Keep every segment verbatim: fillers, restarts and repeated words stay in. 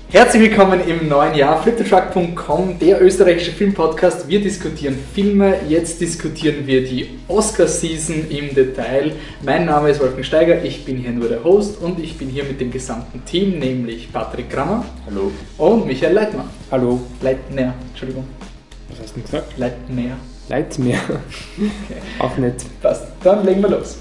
Herzlich willkommen im neuen Jahr. flip the truck punkt com, der österreichische Filmpodcast. Wir diskutieren Filme. Jetzt diskutieren wir die Oscar-Season im Detail. Mein Name ist Wolfgang Steiger, ich bin hier nur der Host und ich bin hier mit dem gesamten Team, nämlich Patrick Krammer. Hallo. Und Michael Leitner. Hallo. Leitner, Entschuldigung. Was hast du denn gesagt? Leitner. Leitner. Okay. Auch nett. Passt, dann legen wir los.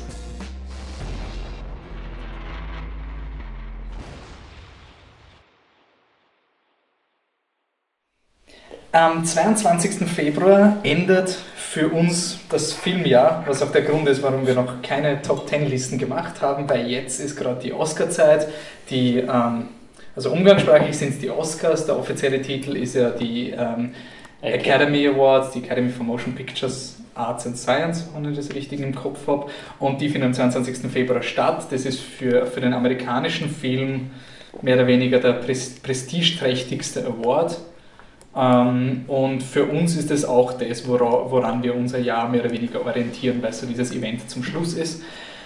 Am zweiundzwanzigsten Februar endet für uns das Filmjahr, was auch der Grund ist, warum wir noch keine Top Ten Listen gemacht haben, weil jetzt ist gerade die Oscar-Zeit. Die, ähm, also umgangssprachlich sind es die Oscars, der offizielle Titel ist ja die ähm, Academy Awards, die Academy for Motion Pictures Arts and Science, wenn ich das richtig im Kopf habe. Und die finden am zweiundzwanzigsten Februar statt. Das ist für, für den amerikanischen Film mehr oder weniger der prestigeträchtigste Award. Um, und für uns ist es auch das, wora, woran wir unser Jahr mehr oder weniger orientieren, weil so dieses Event zum Schluss ist.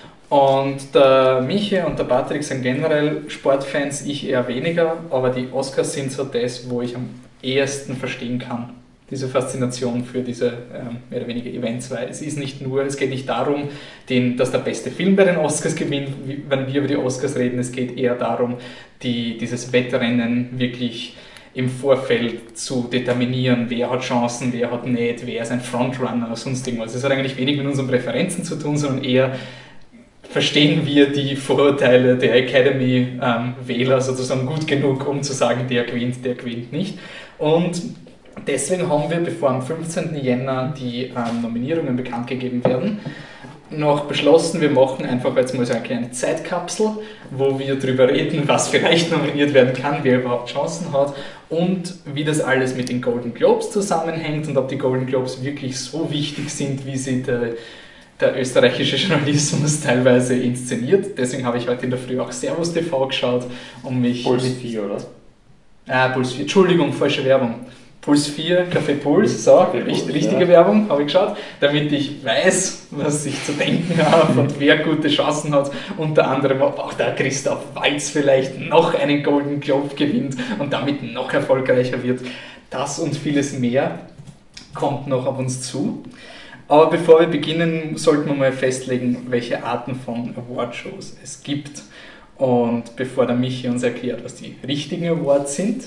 Und der Michi und der Patrick sind generell Sportfans, ich eher weniger, aber die Oscars sind so das, wo ich am ehesten verstehen kann, diese Faszination für diese ähm, mehr oder weniger Events, weil es ist nicht nur, es geht nicht darum, den, dass der beste Film bei den Oscars gewinnt, wie, wenn wir über die Oscars reden, es geht eher darum, die, dieses Wettrennen wirklich im Vorfeld zu determinieren, wer hat Chancen, wer hat nicht, wer ist ein Frontrunner oder sonst irgendwas. Das hat eigentlich wenig mit unseren Präferenzen zu tun, sondern eher verstehen wir die Vorurteile der Academy-Wähler ähm, sozusagen gut genug, um zu sagen, der gewinnt, der gewinnt nicht. Und deswegen haben wir, bevor am fünfzehnten Jänner die ähm, Nominierungen bekannt gegeben werden, noch beschlossen, wir machen einfach jetzt mal so eine kleine Zeitkapsel, wo wir darüber reden, was vielleicht nominiert werden kann, wer überhaupt Chancen hat und wie das alles mit den Golden Globes zusammenhängt und ob die Golden Globes wirklich so wichtig sind, wie sie der, der österreichische Journalismus teilweise inszeniert. Deswegen habe ich heute in der Früh auch Servus T V geschaut, um mich... Puls vier, oder? Ah, Puls vier, Entschuldigung, falsche Werbung. Puls vier, Café Puls, so, richtig, richtige ja. Werbung, habe ich geschaut, damit ich weiß, was ich zu denken habe und wer gute Chancen hat. Unter anderem, ob auch der Christoph Waltz vielleicht noch einen Golden Globe gewinnt und damit noch erfolgreicher wird. Das und vieles mehr kommt noch auf uns zu. Aber bevor wir beginnen, sollten wir mal festlegen, welche Arten von Awardshows es gibt. Und bevor der Michi uns erklärt, was die richtigen Awards sind,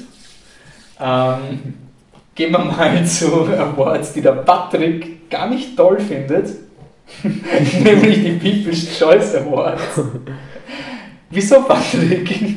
ähm, gehen wir mal zu Awards, die der Patrick gar nicht toll findet, nämlich die People's Choice Awards. Wieso, Patrick?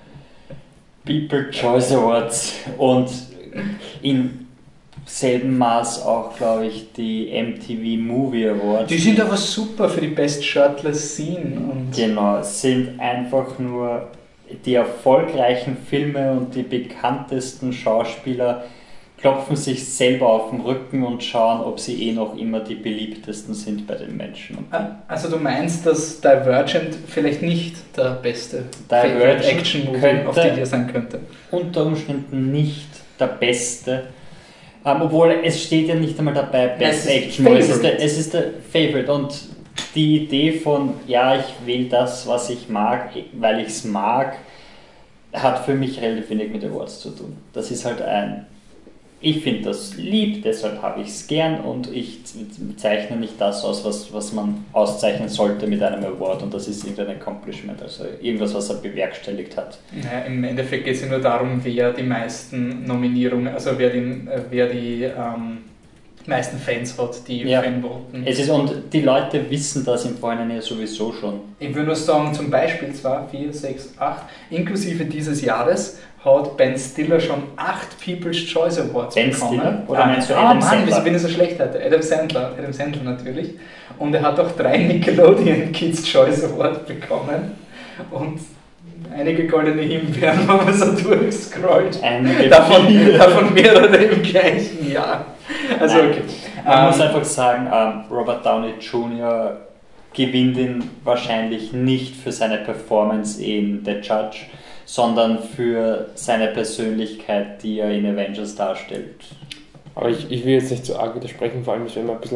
People's Choice Awards und in selben Maß auch, glaube ich, die M T V Movie Awards. Die sind aber super für die Best Shirtless Scene. Und genau, sind einfach nur die erfolgreichen Filme und die bekanntesten Schauspieler klopfen sich selber auf den Rücken und schauen, ob sie eh noch immer die beliebtesten sind bei den Menschen. Also du meinst, dass Divergent vielleicht nicht der beste Action-Movie auf die Idee sein könnte? Unter Umständen nicht der beste. Um, obwohl es steht ja nicht einmal dabei Best Action Movie. Es ist der, es ist der Favorite und die Idee von, ja, ich wähle das, was ich mag, weil ich es mag, hat für mich relativ wenig mit Awards zu tun. Das ist halt ein, ich finde das lieb, deshalb habe ich es gern und ich zeichne nicht das aus, was, was man auszeichnen sollte mit einem Award und das ist irgendein Accomplishment, also irgendwas, was er bewerkstelligt hat. Ja, im Endeffekt geht es ja nur darum, wer die meisten Nominierungen, also wer die, wer die ähm meisten Fans hat, die ja. Fan voten. Es ist, und die Leute wissen das im Vorhinein ja sowieso schon. Ich würde nur sagen, zum Beispiel zwei, vier, sechs, acht, inklusive dieses Jahres hat Ben Stiller schon acht People's Choice Awards Ben bekommen. Stiller? Oder ah, meinst du ah, Adam Mann, Sandler? ich bin so schlecht heute. Adam Sandler, Adam Sandler natürlich. Und er hat auch drei Nickelodeon Kids Choice Awards bekommen. Und einige goldene Himbeeren, wenn man so durchscrollt. Davon, davon mehrere im gleichen Jahr. Also, Nein, okay. Man ähm, muss einfach sagen, ähm, Robert Downey Junior gewinnt ihn wahrscheinlich nicht für seine Performance in The Judge, sondern für seine Persönlichkeit, die er in Avengers darstellt. Aber ich, ich will jetzt nicht so arg widersprechen, vor allem, wenn man ein bisschen unter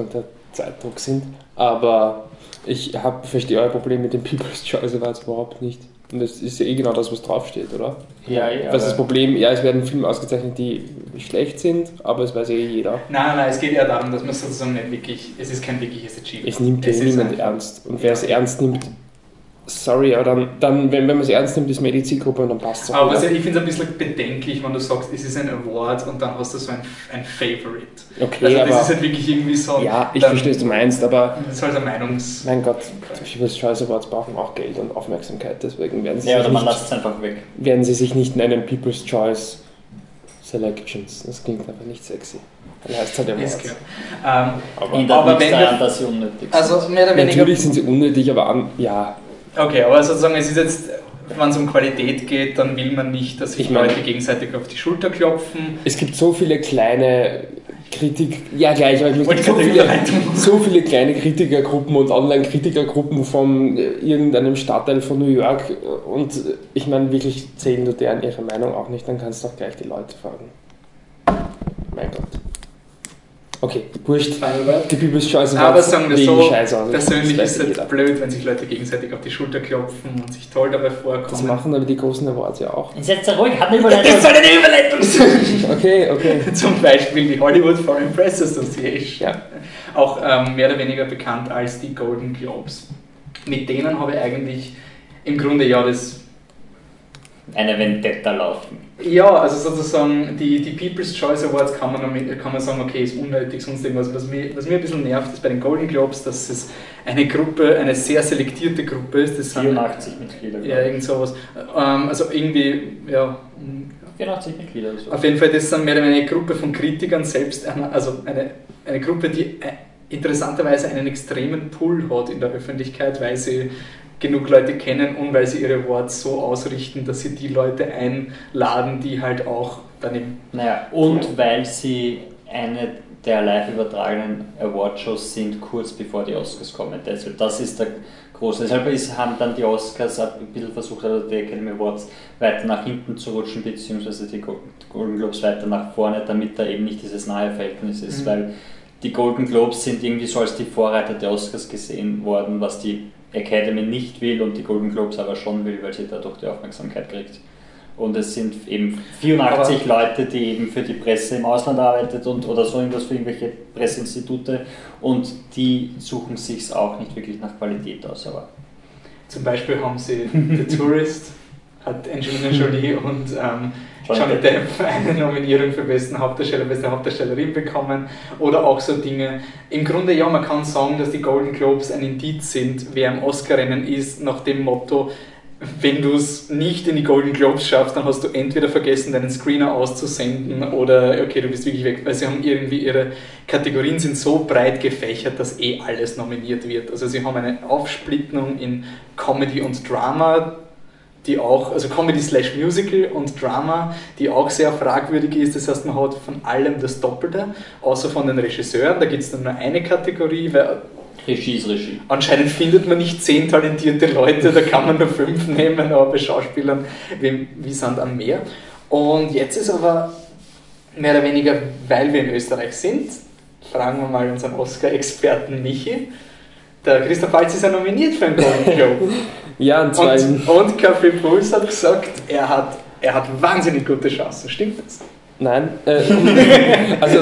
Zeitdruck sind. Aber ich hab, verstehe euer Problem mit dem People's Choice Awards überhaupt nicht. Und das ist ja eh genau das, was draufsteht, oder? Ja, ja. Das ist das Problem, ja, es werden Filme ausgezeichnet, die schlecht sind, aber es weiß ja eh jeder. Nein, nein, es geht eher darum, dass man sozusagen nicht wirklich, es ist kein wirkliches Achievement. Es nimmt ja niemand ernst. Und wer es ernst nimmt, sorry, aber dann, dann wenn, wenn man es ernst nimmt, ist mehr die Zielgruppe und dann passt es auch. Aber was, ich finde es ein bisschen bedenklich, wenn du sagst, es ist ein Award und dann hast du so ein, ein Favorite. Okay, also das aber, ist halt wirklich irgendwie so... Ja, ich dann, verstehe, was du meinst, aber... Das ist halt ein Meinungs... Mein Gott, die People's Choice Awards brauchen auch Geld und Aufmerksamkeit, deswegen werden sie, ja, sich, oder man nicht, lässt es einfach weg. werden sie sich nicht nennen People's Choice Selections. Das klingt einfach nicht sexy. Dann heißt es halt Awards. Ist klar. Ähm, aber aber wenn daran, wir, dass sie unnötig sind. also mehr oder weniger... Natürlich sind sie unnötig, aber an, ja... Okay, aber sozusagen, es ist jetzt, wenn es um Qualität geht, dann will man nicht, dass sich Ich meine- Leute gegenseitig auf die Schulter klopfen. Es gibt so viele kleine Kritik... Ja, gleich, aber ich Und muss so keine viele, Überleitung. so viele kleine Kritikergruppen und Online-Kritikergruppen von äh, irgendeinem Stadtteil von New York und äh, ich meine, wirklich zählen du deren ihre Meinung auch nicht, dann kannst du auch gleich die Leute fragen. Mein Gott. Okay, wurscht. Die People's Choice Aber Awards sagen wir legen so, Scheiße aus. persönlich Das weiß ist ja es jeder. blöd, wenn sich Leute gegenseitig auf die Schulter klopfen und sich toll dabei Das vorkommen. machen aber die großen Awards ja auch. Jetzt setzt er ruhig, hat eine Überleitung. Das soll eine Überleitung sein! Okay, okay. Zum Beispiel die Hollywood Foreign Press Association. Ja. Auch ähm, mehr oder weniger bekannt als die Golden Globes. Mit denen habe ich eigentlich im Grunde ja das... Eine Vendetta laufen. Ja, also sozusagen die, die People's Choice Awards kann man, damit, kann man sagen, okay, ist unnötig, sonst irgendwas. Was mich, was mir ein bisschen nervt, ist bei den Golden Globes, dass es eine Gruppe, eine sehr selektierte Gruppe ist. Das sind vierundachtzig Mitglieder. ja, irgend sowas. Ähm, also irgendwie, ja... vierundachtzig Mitglieder oder so. Auf jeden Fall, das sind mehr oder weniger eine Gruppe von Kritikern selbst, also eine, eine Gruppe, die interessanterweise einen extremen Pull hat in der Öffentlichkeit, weil sie genug Leute kennen und weil sie ihre Awards so ausrichten, dass sie die Leute einladen, die halt auch dann im... Naja, und weil sie eine der live übertragenen Awardshows sind, kurz bevor die Oscars kommen. Deshalb, das ist der große. Deshalb ist, haben dann die Oscars ein bisschen versucht, oder die Academy Awards weiter nach hinten zu rutschen, beziehungsweise die Golden Globes weiter nach vorne, damit da eben nicht dieses nahe Verhältnis ist, mhm. weil die Golden Globes sind irgendwie so als die Vorreiter der Oscars gesehen worden, was die Academy nicht will und die Golden Globes aber schon will, weil sie dadurch die Aufmerksamkeit kriegt. Und es sind eben vierundachtzig aber Leute, die eben für die Presse im Ausland arbeitet und oder so irgendwas für irgendwelche Presseinstitute und die suchen sich auch nicht wirklich nach Qualität aus. Aber zum Beispiel haben sie The Tourist, hat Angelina Jolie und ähm, Johnny Depp eine Nominierung für besten Hauptdarsteller, beste Hauptdarstellerin bekommen oder auch so Dinge. Im Grunde ja, man kann sagen, dass die Golden Globes ein Indiz sind, wer im Oscar-Rennen ist, nach dem Motto, wenn du es nicht in die Golden Globes schaffst, dann hast du entweder vergessen, deinen Screener auszusenden oder okay, du bist wirklich weg, weil sie haben irgendwie ihre Kategorien sind so breit gefächert, dass eh alles nominiert wird. Also sie haben eine Aufsplittung in Comedy und Drama, die auch, also Comedy slash Musical und Drama, die auch sehr fragwürdig ist. Das heißt, man hat von allem das Doppelte, außer von den Regisseuren. Da gibt es dann nur eine Kategorie, weil Regie ist Regie. Anscheinend findet man nicht zehn talentierte Leute, da kann man nur fünf nehmen, aber bei Schauspielern wie, wie Sand am Meer. Und jetzt ist aber mehr oder weniger, weil wir in Österreich sind, fragen wir mal unseren Oscar-Experten Michi. Der Christoph Waltz ist ja nominiert für einen Golden Globe. Ja, und zwar... Und, und Café Puls hat gesagt, er hat, er hat wahnsinnig gute Chancen. Stimmt das? Nein, äh, also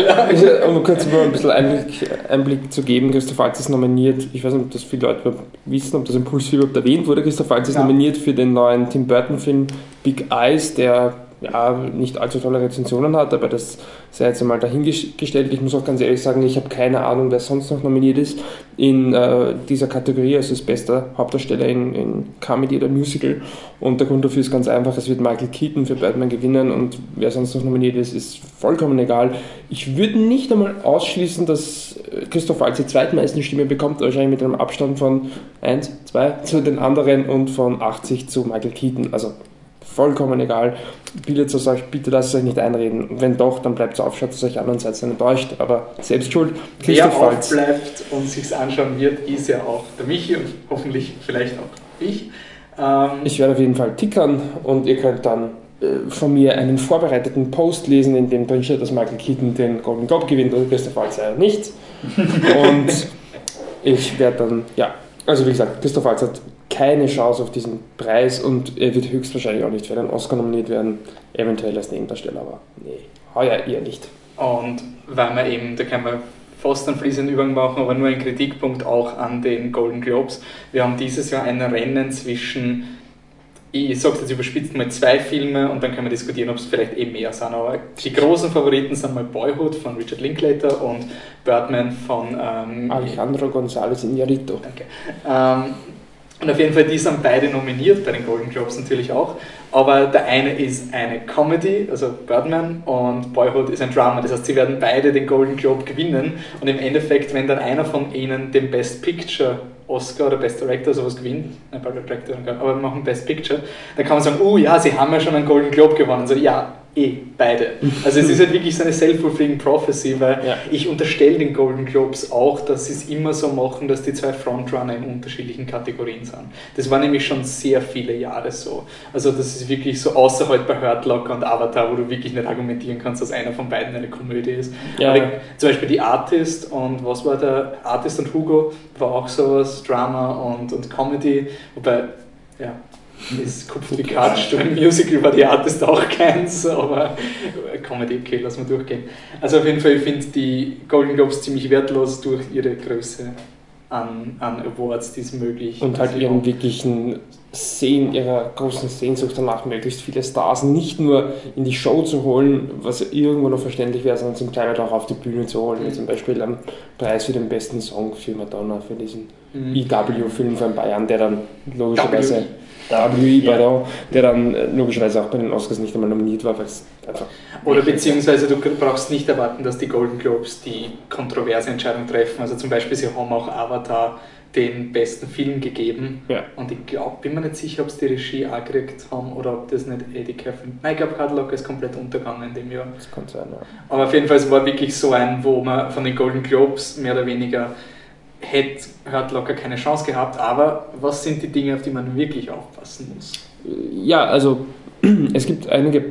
um kurz mal ein bisschen Einblick, Einblick zu geben, Christoph Waltz ist nominiert, ich weiß nicht, ob das viele Leute wissen, ob das im Puls überhaupt erwähnt wurde, Christoph Waltz ist ja. nominiert für den neuen Tim Burton Film Big Eyes, der ja, nicht allzu tolle Rezensionen hat, aber das sei jetzt einmal dahingestellt. Ich muss auch ganz ehrlich sagen, ich habe keine Ahnung, wer sonst noch nominiert ist in äh, dieser Kategorie, also als bester Hauptdarsteller in, in Comedy oder Musical. Und der Grund dafür ist ganz einfach, es wird Michael Keaton für Batman gewinnen und wer sonst noch nominiert ist, ist vollkommen egal. Ich würde nicht einmal ausschließen, dass Christoph Waltz die zweitmeisten Stimme bekommt, wahrscheinlich mit einem Abstand von eins, zwei zu den anderen und von achtzig zu Michael Keaton. Also vollkommen egal. Bildet es euch, bitte lasst es euch nicht einreden. Und wenn doch, dann bleibt es auf, schaut es euch an und seid enttäuscht. Aber selbst schuld. Wer aufbleibt und sich es anschauen wird, ist ja auch der Michi und hoffentlich vielleicht auch ich. Ähm ich werde auf jeden Fall tickern und ihr könnt dann von mir einen vorbereiteten Post lesen, in dem drin steht, dass Michael Keaton den Golden Globe gewinnt oder Christoph Waltz nicht. Und ich werde dann, ja, also wie gesagt, Christoph Waltz hat keine Chance auf diesen Preis und er wird höchstwahrscheinlich auch nicht für einen Oscar nominiert werden, eventuell als Nebendarsteller, aber nee, heuer eher nicht. Und weil wir eben, da kann man fast einen fließenden Übergang machen, aber nur ein Kritikpunkt auch an den Golden Globes. Wir haben dieses Jahr ein Rennen zwischen, ich sage jetzt überspitzt mal zwei Filme und dann können wir diskutieren, ob es vielleicht eben mehr sind. Aber die großen Favoriten sind mal Boyhood von Richard Linklater und Birdman von ähm, Alejandro González Iñárritu. Danke. Ähm, und auf jeden Fall, die sind beide nominiert, bei den Golden Globes natürlich auch. Aber der eine ist eine Comedy, also Birdman, und Boyhood ist ein Drama. Das heißt, sie werden beide den Golden Globe gewinnen. Und im Endeffekt, wenn dann einer von ihnen den Best Picture Oscar oder Best Director sowas gewinnt, nein, Best Director, aber wir machen Best Picture, dann kann man sagen, oh ja, sie haben ja schon einen Golden Globe gewonnen. Also ja, eh, beide. Also es ist halt wirklich so eine self-fulfilling prophecy, weil ja. ich unterstelle den Golden Globes auch, dass sie es immer so machen, dass die zwei Frontrunner in unterschiedlichen Kategorien sind. Das war nämlich schon sehr viele Jahre so. Also das ist wirklich so, außer halt bei Hurt Locker und Avatar, wo du wirklich nicht argumentieren kannst, dass einer von beiden eine Komödie ist. Ja. Aber die, zum Beispiel die Artist und was war der Artist und Hugo war auch sowas, Drama und, und Comedy, wobei, ja, das Kupfer wie Katsch, ein Musical war die Artist auch keins, aber Comedy, okay, lass mal durchgehen. Also auf jeden Fall, ich finde die Golden Globes ziemlich wertlos durch ihre Größe an, an Awards, die es möglich und halt ihren wirklichen Sehen, ihrer großen Sehnsucht danach, möglichst viele Stars nicht nur in die Show zu holen, was irgendwo noch verständlich wäre, sondern zum Teil auch auf die Bühne zu holen, wie zum Beispiel am Preis für den besten Song für Madonna, für diesen mhm. E W-Film von Bayern, der dann logischerweise W E, pardon, der dann logischerweise auch bei den Oscars nicht einmal nominiert war, weil es einfach... Oder beziehungsweise du brauchst nicht erwarten, dass die Golden Globes die kontroverse Entscheidung treffen. Also zum Beispiel, sie haben auch Avatar den besten Film gegeben. Ja. Und ich glaube, bin mir nicht sicher, ob es die Regie auch gekriegt haben oder ob das nicht Eddie Kevin... Nein, ich glaube, Hurt Locker ist komplett untergegangen in dem Jahr. Das kann sein, ja. Aber auf jeden Fall, es war wirklich so ein, wo man von den Golden Globes mehr oder weniger hätte Hurt Locker keine Chance gehabt, aber was sind die Dinge, auf die man wirklich aufpassen muss? Ja, also es gibt einige,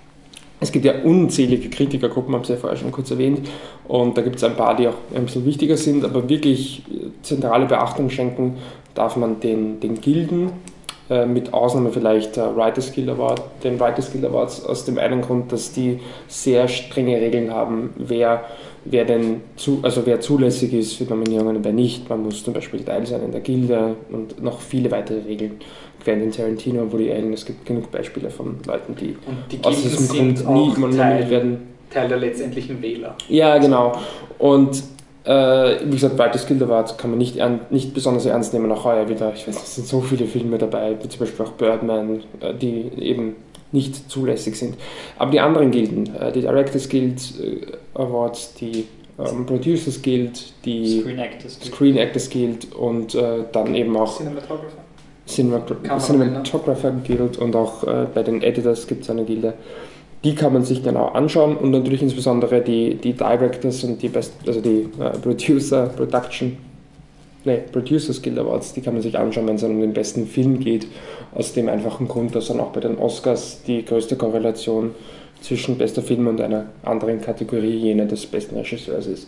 es gibt ja unzählige Kritikergruppen, habe ich ja vorher schon kurz erwähnt, und da gibt es ein paar, die auch ein bisschen wichtiger sind, aber wirklich zentrale Beachtung schenken darf man den, den Gilden, äh, mit Ausnahme vielleicht der Writers Guild Award, den Writers Guild Awards, aus dem einen Grund, dass die sehr strenge Regeln haben, wer wer denn zu, also wer zulässig ist für Nominierungen und wer nicht. Man muss zum Beispiel Teil sein in der Gilde und noch viele weitere Regeln. Quentin Tarantino, Woody Allen, es gibt genug Beispiele von Leuten, die, und die aus diesem Grund nie nominiert werden. Teil der letztendlichen Wähler. Ja, genau. Und äh, wie gesagt, Writers Guild Award kann man nicht, nicht besonders ernst nehmen, auch heuer wieder. Ich weiß, es sind so viele Filme dabei, wie zum Beispiel auch Birdman, äh, die eben nicht zulässig sind. Aber die anderen Gilden, äh, die Directors Guild äh, Awards, die ähm, Producers Guild, die Screen Actors Guild, Screen Actors Guild und äh, dann eben auch Cinematographer, Cinematographer, Cinematographer Guild und auch äh, bei den Editors gibt es eine Gilde. Die kann man sich genau anschauen und natürlich insbesondere die, die Directors und die Best, also die äh, Producer, Production Nee, Producers Guild Awards, die kann man sich anschauen, wenn es um den besten Film geht, aus dem einfachen Grund, dass dann auch bei den Oscars die größte Korrelation zwischen bester Film und einer anderen Kategorie, jene des besten Regisseurs ist.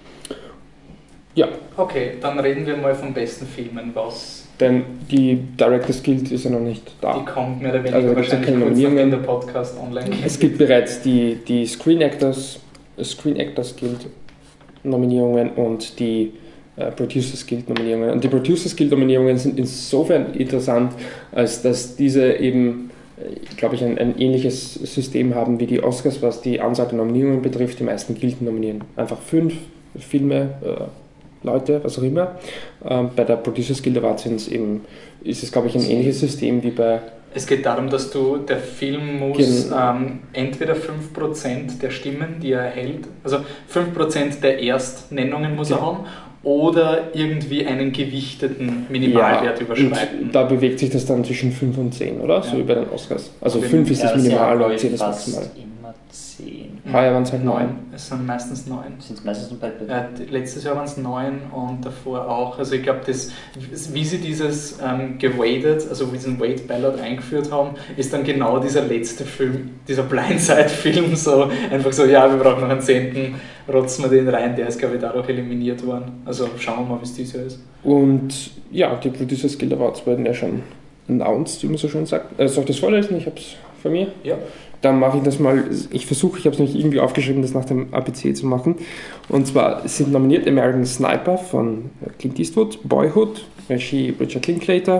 Ja. Okay, dann reden wir mal von besten Filmen, was... Denn die Directors Guild ist ja noch nicht da. Die kommt mehr oder weniger also, wahrscheinlich keine kurz nachdem der Podcast online geht. Es gibt bereits die, die Screen Actors, Screen Actors Guild Nominierungen und die Producers Guild Nominierungen. Und die Producers Guild Nominierungen sind insofern interessant, als dass diese eben, glaube ich, ein, ein ähnliches System haben wie die Oscars, was die Anzahl der Nominierungen betrifft. Die meisten Gilden nominieren einfach fünf Filme, äh, Leute, was auch immer. Ähm, bei der Producers Guild Awards sind es eben, ist es, glaube ich, ein ähnliches System wie bei... Es geht darum, dass du, der Film muss ähm, entweder fünf Prozent der Stimmen, die er erhält, also fünf Prozent der Erstnennungen muss ja. er haben, oder irgendwie einen gewichteten Minimalwert ja, überschreiten. Da bewegt sich das dann zwischen fünf und zehn, oder? Ja. So wie bei den Oscars. Also fünf ist ja, das Minimal und zehn ist fast maximal. Immer zehn. Heuer waren es halt neun. Es sind meistens neun. Sind es meistens nur bei Ja, letztes Jahr waren es neun und davor auch. Also ich glaube, das, wie sie dieses ähm, geweighted, also diesen Weight Ballot eingeführt haben, ist dann genau dieser letzte Film, dieser Blindside-Film, so einfach so, ja, wir brauchen noch einen zehnten, rotzen wir den rein, der ist, glaube ich, dadurch eliminiert worden. Also schauen wir mal, wie es dieses Jahr ist. Und ja, die Producers Guild Awards wurden ja schon announced, wie man so schön sagt. Äh, soll ich das vorlesen? Ich habe es von mir. Ja. Dann mache ich das mal, ich versuche, ich habe es nämlich irgendwie aufgeschrieben, das nach dem A B C zu machen. Und zwar sind nominiert American Sniper von Clint Eastwood, Boyhood, Regie Richard Linklater,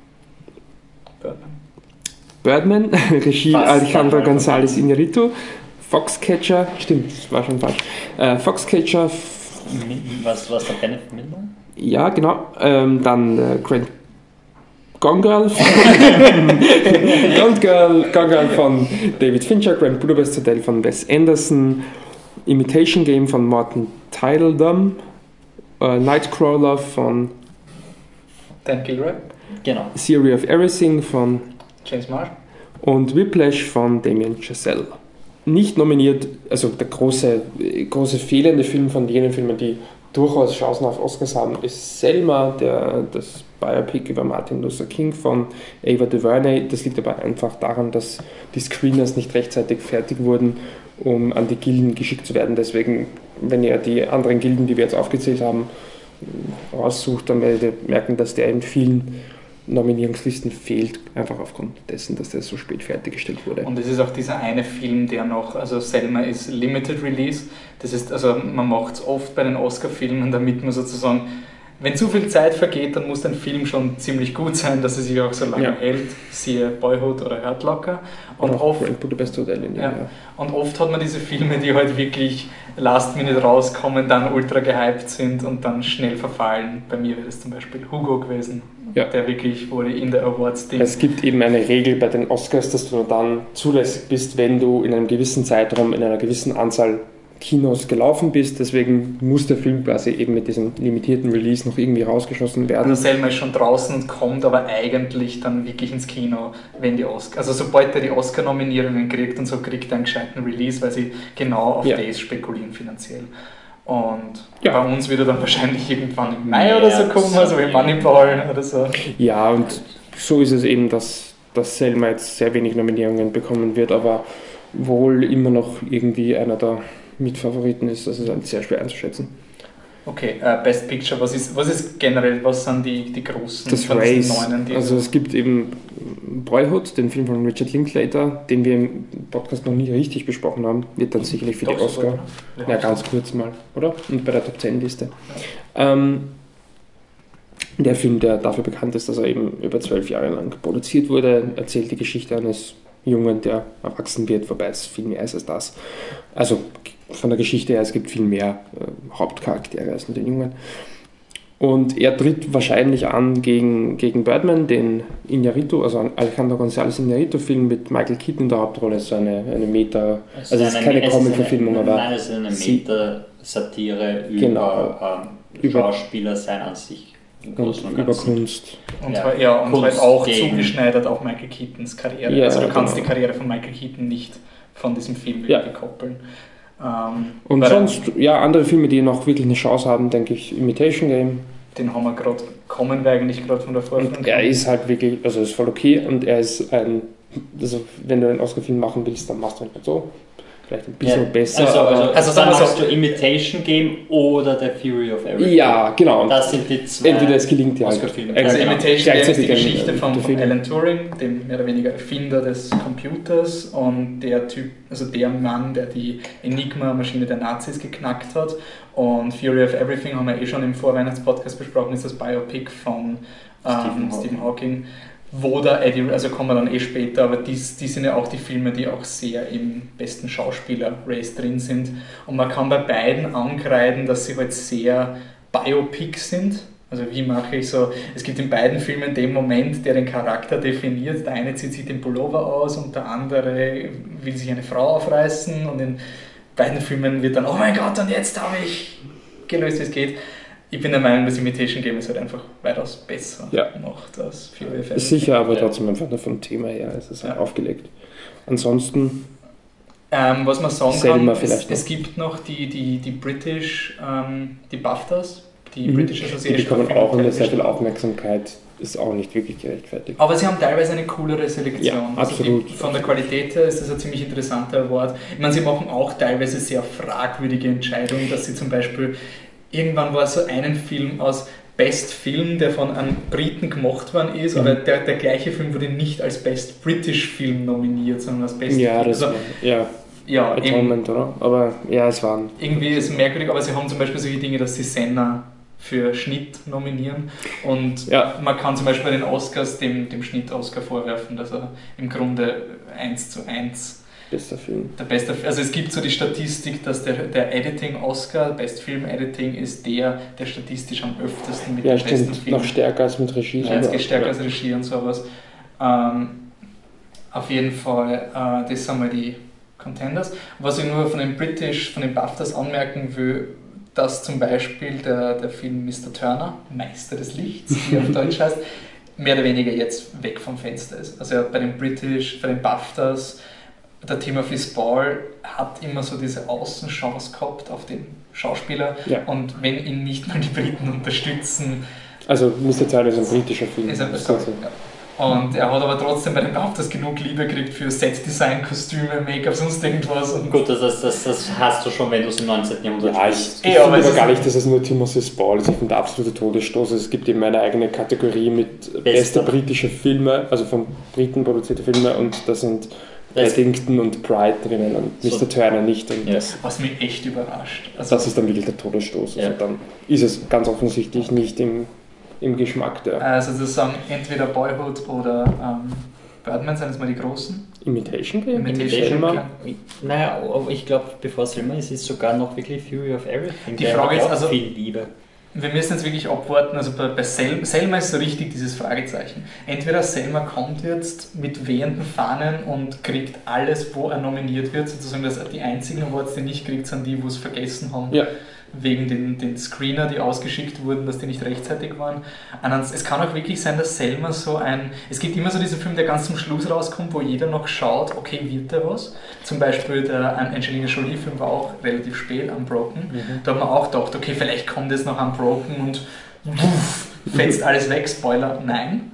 Birdman, Birdman, Regie Fast Alejandro dabei. González Iñárritu, Foxcatcher, stimmt, das war schon falsch, äh, Foxcatcher, f- Was, was der Benefit Miller? ja genau, ähm, dann äh, Grant Gone Girl, Gone Girl, Gone Girl von David Fincher, Grand Budapest Hotel von Wes Anderson, Imitation Game von Martin Tyldum, äh, Nightcrawler von Dan Gilroy, Genau. Theory of Everything von James Marsh. und Whiplash von Damien Chazelle. Nicht nominiert, also der große, große fehlende Film von jenen Filmen, die durchaus Chancen auf Oscars haben, ist Selma, der, das Biopic über Martin Luther King von Ava DuVernay. Das liegt aber einfach daran, dass die Screeners nicht rechtzeitig fertig wurden, um an die Gilden geschickt zu werden. Deswegen, wenn ihr die anderen Gilden, die wir jetzt aufgezählt haben, raussucht, dann werdet ihr merken, dass der in vielen Nominierungslisten fehlt, einfach aufgrund dessen, dass der so spät fertiggestellt wurde. Und es ist auch dieser eine Film, der noch, also Selma ist Limited Release, das ist, also man macht es oft bei den Oscar-Filmen, damit man sozusagen, wenn zu viel Zeit vergeht, dann muss ein Film schon ziemlich gut sein, dass er sich auch so lange Ja. hält, siehe Boyhood oder Hurt Locker. Und Oder oft, Grand Budapest Hotel in dem ja, Jahr. und oft hat man diese Filme, die halt wirklich last minute rauskommen, dann ultra gehypt sind und dann schnell verfallen. Bei mir wäre das zum Beispiel Hugo gewesen, Ja. der wirklich wurde in der Awards-Ding. Es gibt eben eine Regel bei den Oscars, dass du nur dann zulässig bist, wenn du in einem gewissen Zeitraum in einer gewissen Anzahl Kinos gelaufen bist. Deswegen muss der Film quasi eben mit diesem limitierten Release noch irgendwie rausgeschossen werden. Also Selma ist schon draußen und kommt aber eigentlich dann wirklich ins Kino, wenn die Oscar, also sobald er die Oscar-Nominierungen kriegt und so, kriegt er einen gescheiten Release, weil sie genau auf Ja. das spekulieren finanziell. Und Ja. bei uns wird er dann wahrscheinlich irgendwann im Mai oder so Ja, kommen, also wie Moneyball oder so. Ja, und so ist es eben, dass, dass Selma jetzt sehr wenig Nominierungen bekommen wird, aber wohl immer noch irgendwie einer der Mitfavoriten ist. Das ist halt sehr schwer einzuschätzen. Okay, äh, Best Picture, was ist, was ist generell, was sind die, die großen Das von diesen Race, Neunen, die also es gibt eben Boyhood, den Film von Richard Linklater, den wir im Podcast noch nie richtig besprochen haben, wird dann sicherlich für Doch, die Oscar, sogar, ne? ja ganz kurz mal, oder? Und bei der Top zehn Liste. Ähm, der Film, der dafür bekannt ist, dass er eben über zwölf Jahre lang produziert wurde, erzählt die Geschichte eines Jungen, der erwachsen wird, wobei es viel mehr ist als das. Also von der Geschichte her, es gibt viel mehr äh, Hauptcharaktere als nur den Jungen. Und er tritt wahrscheinlich an gegen, gegen Birdman, den Iñárritu, also Alejandro González Iñárritu-Film mit Michael Keaton in der Hauptrolle, so eine, eine Meta, also es ist eine- keine es ist Comic-Verfilmung, eine- aber Nein, es ist eine sie- Meta-Satire über, Genau. ähm, Über- Schauspieler sein an sich. Im und Großen und über Ganzen. Kunst. Und, Ja, halt- ja, und Kunst halt auch gegen- zugeschneidert auf Michael Keatons Karriere. Ja, also du kannst genau. die Karriere von Michael Keaton nicht von diesem Film Ja. irgendwie koppeln. Ähm, Und weil sonst, ja, andere Filme, die noch wirklich eine Chance haben, denke ich, Imitation Game. Den haben wir gerade, kommen wir eigentlich gerade von der Vorstellung. Und er ist halt wirklich, also ist voll okay und er ist ein, also wenn du einen Oscar-Film machen willst, dann machst du ihn halt so. Vielleicht ein bisschen Ja, besser. Also, aber also, Also dann sagen wir machst so- du Imitation Game oder The Fury of Everything. ja, genau. Und Das sind die zwei entweder es gelingt dir halt. Oscar-Filme. äh, Also Ja, genau. Imitation Game ist die Gleichzeitig ein- Geschichte von, der von Film. Alan Turing, dem mehr oder weniger Erfinder des Computers und der Typ, also der Mann, der die Enigma-Maschine der Nazis geknackt hat. Und Fury of Everything haben wir eh schon im Vorweihnachtspodcast besprochen, ist das Biopic von ähm, Stephen Stephen Hawking. Wo der Eddie, also kommen wir dann eh später, aber die, die sind ja auch die Filme, die auch sehr im besten Schauspieler-Race drin sind. Und man kann bei beiden ankreiden, dass sie halt sehr Biopics sind. Also wie mache ich so, es gibt in beiden Filmen den Moment, der den Charakter definiert. Der eine zieht sich den Pullover aus und der andere will sich eine Frau aufreißen und in beiden Filmen wird dann, oh mein Gott, und jetzt habe ich gelöst, wie es geht. Ich bin der Meinung, das Imitation Game ist halt einfach weitaus besser Ja. macht als Fury of Sicher, aber Ja. trotzdem einfach nur vom Thema her ist es Ja. aufgelegt. Ansonsten, Ähm, was man sagen Selma kann, es, vielleicht noch. es gibt noch die, die, die British, ähm, die BAFTAs, die Mhm. British Die Association. bekommen of Film auch and eine sehr viel Television. Aufmerksamkeit, ist auch nicht wirklich gerechtfertigt. Aber sie haben teilweise eine coolere Selektion. Ja, also absolut. Die, von der Qualität her ist das ein ziemlich interessanter Award. Ich meine, sie machen auch teilweise sehr fragwürdige Entscheidungen, dass sie zum Beispiel, irgendwann war so einen Film aus Best Film, der von einem Briten gemacht worden ist, Mhm. aber der, der gleiche Film wurde nicht als Best British Film nominiert, sondern als Best Ja, Film. das Also, war, ja, ja, eben, Atonement, oder? Aber ja, es waren. irgendwie ist es merkwürdig, aber sie haben zum Beispiel solche Dinge, dass sie Senna für Schnitt nominieren und Ja. man kann zum Beispiel bei den Oscars dem, dem Schnitt-Oscar vorwerfen, dass er im Grunde eins zu eins Bester Film. der beste, also es gibt so die Statistik, dass der, der Editing-Oscar, Best Film Editing, ist der, der statistisch am öftesten mit Ja, dem besten stimmt. Film. Noch stärker als mit Regie. Ja, jetzt sogar. geht stärker Ja. als Regie und sowas. Ähm, auf jeden Fall, äh, das sind mal die Contenders. Was ich nur von den British, von den BAFTAs anmerken will, dass zum Beispiel der, der Film Mister Turner, Meister des Lichts, wie er auf Deutsch heißt, mehr oder weniger jetzt weg vom Fenster ist. Also er hat bei den British, bei den BAFTAs, der Timothy Spall hat immer so diese Außenchance gehabt auf den Schauspieler Ja. und wenn ihn nicht mal die Briten unterstützen, Also Mister Turner ist ein britischer Film. ist er Das sorry, ist- ja. Und er hat aber trotzdem bei den BAFTAs genug Liebe gekriegt für Set-Design, Kostüme, Make-up, sonst irgendwas. Und Gut, das, das, das, das hast du schon, wenn du es im neunzehnten Jahrhundert Ja, ich, spielst. ich Ja, aber finde es aber ist- gar nicht, dass es nur Timothy Spall ist. Ich finde der absolute Todesstoß. Es gibt eben eine eigene Kategorie mit beste britische Filme, also von Briten produzierte Filme, und da sind Das- Paddington und Pride drinnen und So. Mister Turner nicht. Und Ja. das, was mich echt überrascht. Also, das ist dann wirklich der Todesstoß. Also Ja. dann ist es ganz offensichtlich nicht im, im Geschmack der also sozusagen entweder Boyhood oder ähm, Birdman sind jetzt mal die großen. Imitation Game. Imitation Selma. Game. Naja, aber ich glaube, bevor Selma ist, ist sogar noch wirklich Fury of Everything. Die Der Frage hat ist auch also- viel Liebe. Wir müssen jetzt wirklich abwarten, also bei, bei Sel Selma ist so richtig dieses Fragezeichen. Entweder Selma kommt jetzt mit wehenden Fahnen und kriegt alles, wo er nominiert wird, sozusagen dass die einzigen Awards, die nicht kriegt, sind die, wo es vergessen haben, Ja. wegen den, den Screener, die ausgeschickt wurden, dass die nicht rechtzeitig waren. Und es kann auch wirklich sein, dass Selma so ein, es gibt immer so diesen Film, der ganz zum Schluss rauskommt, wo jeder noch schaut, okay, wird der was? Zum Beispiel der Angelina Jolie-Film war auch relativ spät, Unbroken. Mhm. Da hat man auch gedacht, okay, vielleicht kommt es noch Unbroken und wuff, fetzt alles weg, Spoiler, nein.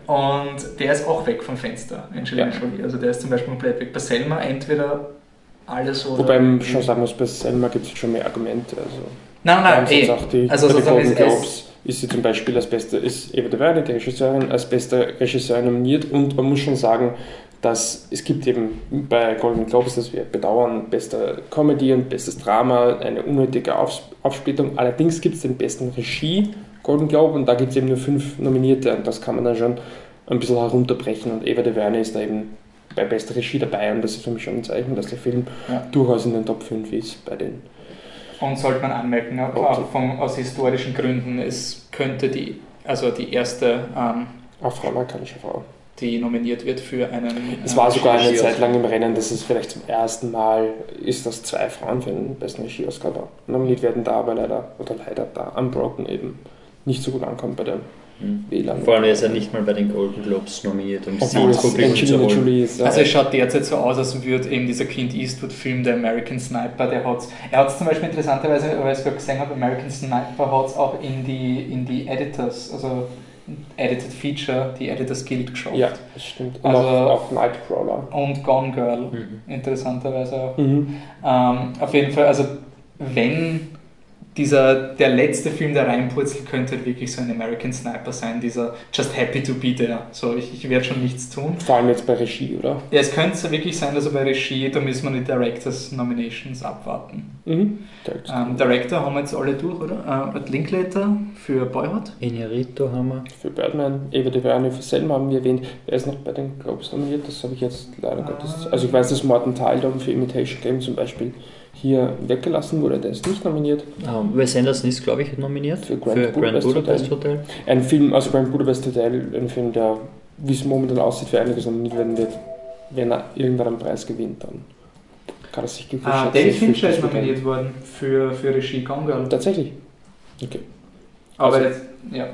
Und der ist auch weg vom Fenster, Angelina Ja. Jolie. Also der ist zum Beispiel komplett weg. Bei Selma entweder alles oder... Wobei man schon sagen muss, bei Selma gibt es schon mehr Argumente. Also Nein, da nein, haben sie eh. jetzt auch die, Also bei den sozusagen Golden ist es- Globes ist sie zum Beispiel als beste, ist Eva DuVernay, die Regisseurin, als bester Regisseur nominiert, und man muss schon sagen, dass es gibt eben bei Golden Globes, dass wir bedauern, bester Comedy und bestes Drama, eine unnötige Aufs- Aufsplittung. Allerdings gibt es den besten Regie Golden Globe und da gibt es eben nur fünf Nominierte und das kann man dann schon ein bisschen herunterbrechen, und Eva DuVernay ist da eben bei bester Regie dabei, und das ist für mich schon ein Zeichen, dass der Film Ja. durchaus in den Top fünf ist bei den. Und sollte man anmerken, auch Okay. von, aus historischen Gründen, es könnte die, also die erste, ähm, Afroamerikanische Frau. die nominiert wird für einen... Es war äh, sogar eine Regie-Oscar. Zeit lang im Rennen, dass es vielleicht zum ersten Mal ist, dass zwei Frauen für den besten Regie-Oscar nominiert werden, da aber leider, oder leider da Unbroken eben nicht so gut ankommt bei den Mhm. Wählern. Vor allem ist er nicht mal bei den Golden Globes nominiert, um sie Obwohl ins es Publikum zu Angelina holen. Jolie ist. Also äh, es schaut derzeit so aus, als würde eben dieser Clint Eastwood-Film, der American Sniper, der hat's, er hat es zum Beispiel interessanterweise, weil ich es gerade gesehen habe, American Sniper hat es auch in die, in die Editors, also Edited Feature, die Editors Guild geschafft. ja, das stimmt. Und Also- auch, auch Nightcrawler. Und Gone Girl, Mhm. interessanterweise auch. Mhm. Ähm, auf jeden Fall, also wenn dieser, der letzte Film, der reinpurzelt, könnte halt wirklich so ein American Sniper sein, dieser Just Happy to be there. So, ich, ich werde schon nichts tun. Vor allem jetzt bei Regie, oder? Ja, es könnte wirklich sein, dass er bei Regie, da müssen wir die Directors Nominations abwarten. Mhm. Ähm, Director haben wir jetzt alle durch, oder? Äh, Linklater für Boyhood. Inarito haben wir. Für Birdman, Eva DuVernay, für Selma haben wir erwähnt. Wer ist noch bei den Globes nominiert? Das habe ich jetzt leider Gottes. Also ich weiß, dass Morten Tyldum für Imitation Game zum Beispiel hier weggelassen wurde. Der ist nicht nominiert. Um, Wes Anderson ist, glaube ich, nominiert Für Grand Budapest Budapest Hotel. Ein Film aus Grand Budapest Hotel, ein Film, der, wie es momentan aussieht, für einiges nominiert werden wird. Wenn er irgendwann einen Preis gewinnt, dann kann er sich glücklich Ah, schätzen. David Ich Fincher fühle ist das nominiert worden für, für Regie Gone Girl. Tatsächlich. Okay. Aber Also- jetzt, ja.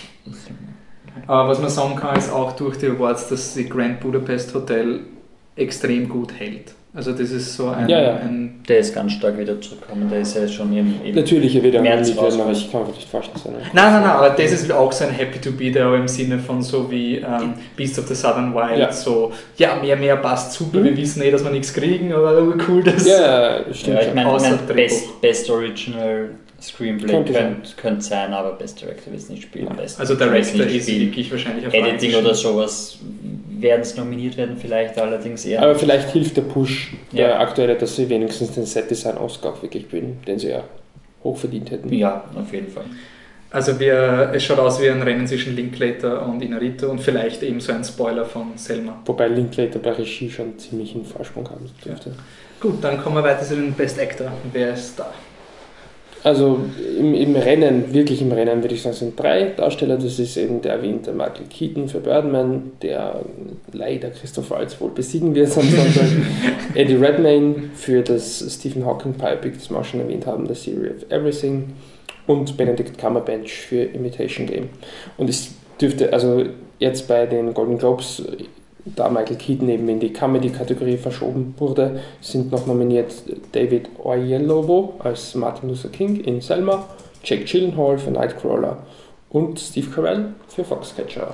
Aber was man sagen kann, ist auch durch die Awards, dass die Grand Budapest Hotel extrem gut hält. Also das ist so ein... Ja, ja. ein Der ist ganz stark wieder zurückgekommen, der ist ja schon im, im Natürlich, er wird ja März nicht werden, aber rauskommen. ich kann mir nicht vorstellen. Sein. Nein, nein, nein, aber das ist auch so ein Happy to be there im Sinne von so wie ähm, Beast of the Southern Wild, Ja. so, ja, mehr, mehr passt super, Mhm. wir wissen eh, dass wir nichts kriegen, aber cool, dass... Ja, stimmt. Ja, ich schon. meine, Außer mein Drehbuch. Best, Best Original Screenplay Könnte könnte könnt sein, aber Best Director wird es nicht spielen. Best Also Actor wird's Director nicht ist spielen. wirklich wahrscheinlich auf Editing Französisch. oder sowas werden es nominiert werden, vielleicht allerdings eher. Aber vielleicht hilft der Push, Ja. der aktuelle, dass sie wenigstens den Set-Design-Oscar auch wirklich gewinnen, den sie ja hoch verdient hätten. Ja, auf jeden Fall. Also wir, es schaut aus wie ein Rennen zwischen Linklater und Inarritu und vielleicht eben so ein Spoiler von Selma. Wobei Linklater bei Regie schon ziemlich einen Vorsprung haben dürfte. Gut, dann kommen wir weiter zu den Best Actor. Wer ist da? Also im, im Rennen, wirklich im Rennen würde ich sagen, sind drei Darsteller. Das ist eben der erwähnte Michael Keaton für Birdman, der leider Christoph Waltz wohl besiegen wird am Sonntag. Eddie Redmayne für das Stephen Hawking Biopic, das wir auch schon erwähnt haben, The Theory of Everything. Und Benedict Cumberbatch für Imitation Game. Und es dürfte, also jetzt bei den Golden Globes, da Michael Keaton eben in die Comedy-Kategorie verschoben wurde, sind noch nominiert David Oyelowo als Martin Luther King in Selma, Jake Gyllenhaal für Nightcrawler und Steve Carell für Foxcatcher.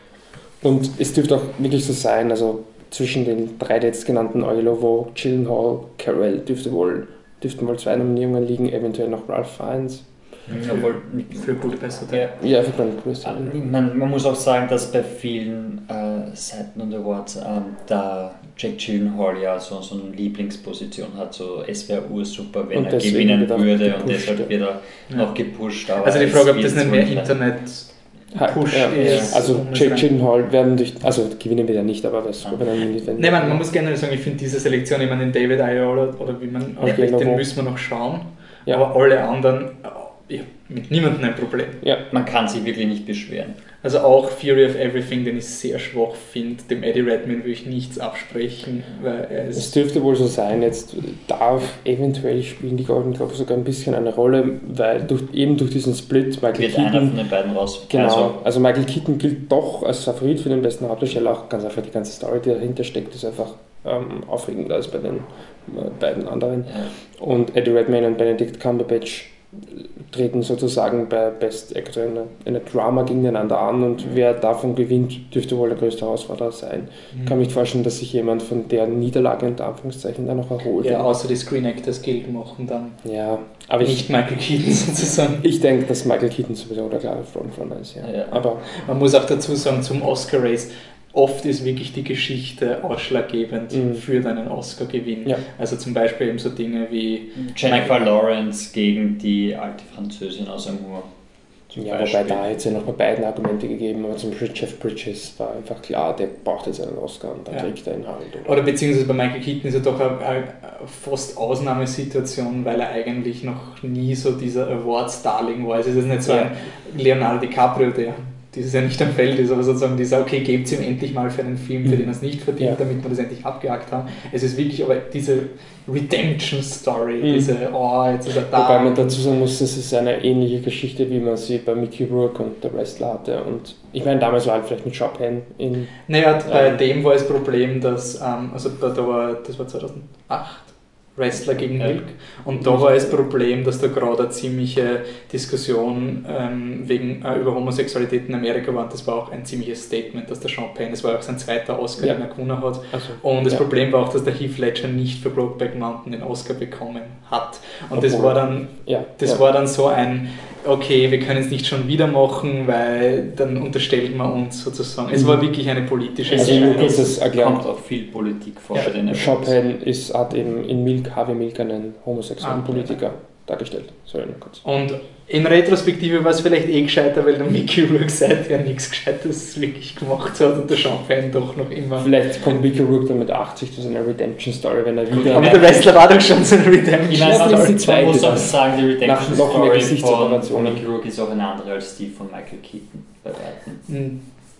Und es dürfte auch wirklich so sein, also zwischen den drei letztgenannten Oyelowo, Gyllenhaal, Carell dürfte wohl, dürften wohl zwei Nominierungen liegen, eventuell noch Ralph Fiennes. Obwohl, Für Budapest ja, Hotel. Ja, für Grand Prix. man, man muss auch sagen, dass bei vielen äh, Seiten und Awards ähm, da Jake Gyllenhaal ja so, so eine Lieblingsposition hat, so es wäre ursuper, wenn Und er deswegen gewinnen wird auch würde und gepusht, deshalb ja. wird er Ja. noch gepusht. Aber Also die es Frage, ob wird das nicht wohl mehr nicht- Internet-Push Ja, ist. also um es Jake rein- Gyllenhaal werden durch, also gewinnen wir ja nicht, aber das wenn er nicht wenn Nee, man, man muss generell sagen, ich finde diese Selektion, ich meine, den David Ayola oder wie man Okay, ausspricht, den Lobo. müssen wir noch schauen. Ja. Aber alle anderen, ich habe mit niemandem ein Problem. Ja, Man kann sich wirklich nicht beschweren. Also auch Theory of Everything, den ich sehr schwach finde, dem Eddie Redmayne würde ich nichts absprechen, weil er es ist... dürfte wohl so sein, jetzt darf eventuell spielen die Golden Globes sogar ein bisschen eine Rolle, weil durch, eben durch diesen Split Michael Wird einer Keaton, von den beiden raus. genau, Also, also Michael Keaton gilt doch als Favorit für den besten Hauptdarsteller, auch ganz einfach die ganze Story, die dahinter steckt, ist einfach ähm, aufregender als bei den äh, beiden anderen. ja. Und Eddie Redmayne und Benedict Cumberbatch treten sozusagen bei Best Actor in einer Drama gegeneinander an und wer davon gewinnt, dürfte wohl der größte Herausforderer sein. Ich kann mir nicht vorstellen, dass sich jemand von der Niederlage unter Anführungszeichen dann noch erholt. Ja, außer die Screen Actors Guild machen dann Ja, aber ich, nicht Michael Keaton sozusagen. ich denke, dass Michael Keaton sowieso der klare Frontrunner ist. Ja. Ja. Aber Man muss auch dazu sagen, zum Oscar Race, oft ist wirklich die Geschichte ausschlaggebend Mhm. für deinen Oscar-Gewinn. Ja. Also zum Beispiel eben so Dinge wie Jennifer Lawrence gegen die alte Französin aus Amour. Zum ja, Beispiel. wobei da hätte es ja noch bei beiden Argumente gegeben, aber zum Beispiel Jeff Bridges war einfach klar, der braucht jetzt einen Oscar und dann Ja. kriegt er ihn halt. Oder beziehungsweise bei Michael Keaton ist er doch eine, eine fast Ausnahmesituation, weil er eigentlich noch nie so dieser Awards-Darling war. Es ist jetzt nicht so Ja. ein Leonardo DiCaprio, der dieses Jahr nicht am Feld ist, aber sozusagen dieser, okay, gebt ihm endlich mal für einen Film, für den er es nicht verdient, Ja. damit wir das endlich abgehakt haben. Es ist wirklich aber diese Redemption-Story, Mhm. diese, oh, jetzt ist er da. Wobei man dazu sagen muss, das ist eine ähnliche Geschichte, wie man sie bei Mickey Rourke und der Wrestler hatte. Und ich meine, damals war halt vielleicht mit Chopin in. Naja, bei Ähm. dem war das Problem, dass, ähm, also da, da war, das war zweitausendacht, Wrestler gegen Ja. Milk, und da war das Problem, dass da gerade eine ziemliche Diskussion ähm, wegen, äh, über Homosexualität in Amerika war, und das war auch ein ziemliches Statement, dass der Sean Penn, das war auch sein zweiter Oscar, Ja. den er gewonnen hat, Also, und das ja. Problem war auch, dass der Heath Ledger nicht für Brokeback Mountain den Oscar bekommen hat, und das Obwohl- war dann Ja, das ja. war dann so ein, okay, wir können es nicht schon wieder machen, weil dann unterstellt man uns sozusagen. Es war wirklich eine politische Also, Entscheidung. nur kurz das erklären. kommt auch viel Politik vor Ja, bei den Awards. Chopin ist, hat eben in Milk, Harvey Milk einen homosexuellen Ah, Politiker dargestellt. Sorry, nur kurz. Und in Retrospektive war es vielleicht eh gescheiter, weil der Mickey Rourke seither nichts Gescheites wirklich gemacht hat und der Sean Penn doch noch immer. Vielleicht kommt Mickey Rourke dann mit achtzig zu seiner Redemption-Story, wenn er wieder. Aber der Wrestler war doch schon so ein Ich Redemption. meine, das ist man, die man zweite muss auch dann. sagen, die Redemption Nach noch mehr Story von Gesichtsoperationen. Mickey Rourke ist auch eine andere als die von Michael Keaton bei weitem. Hm.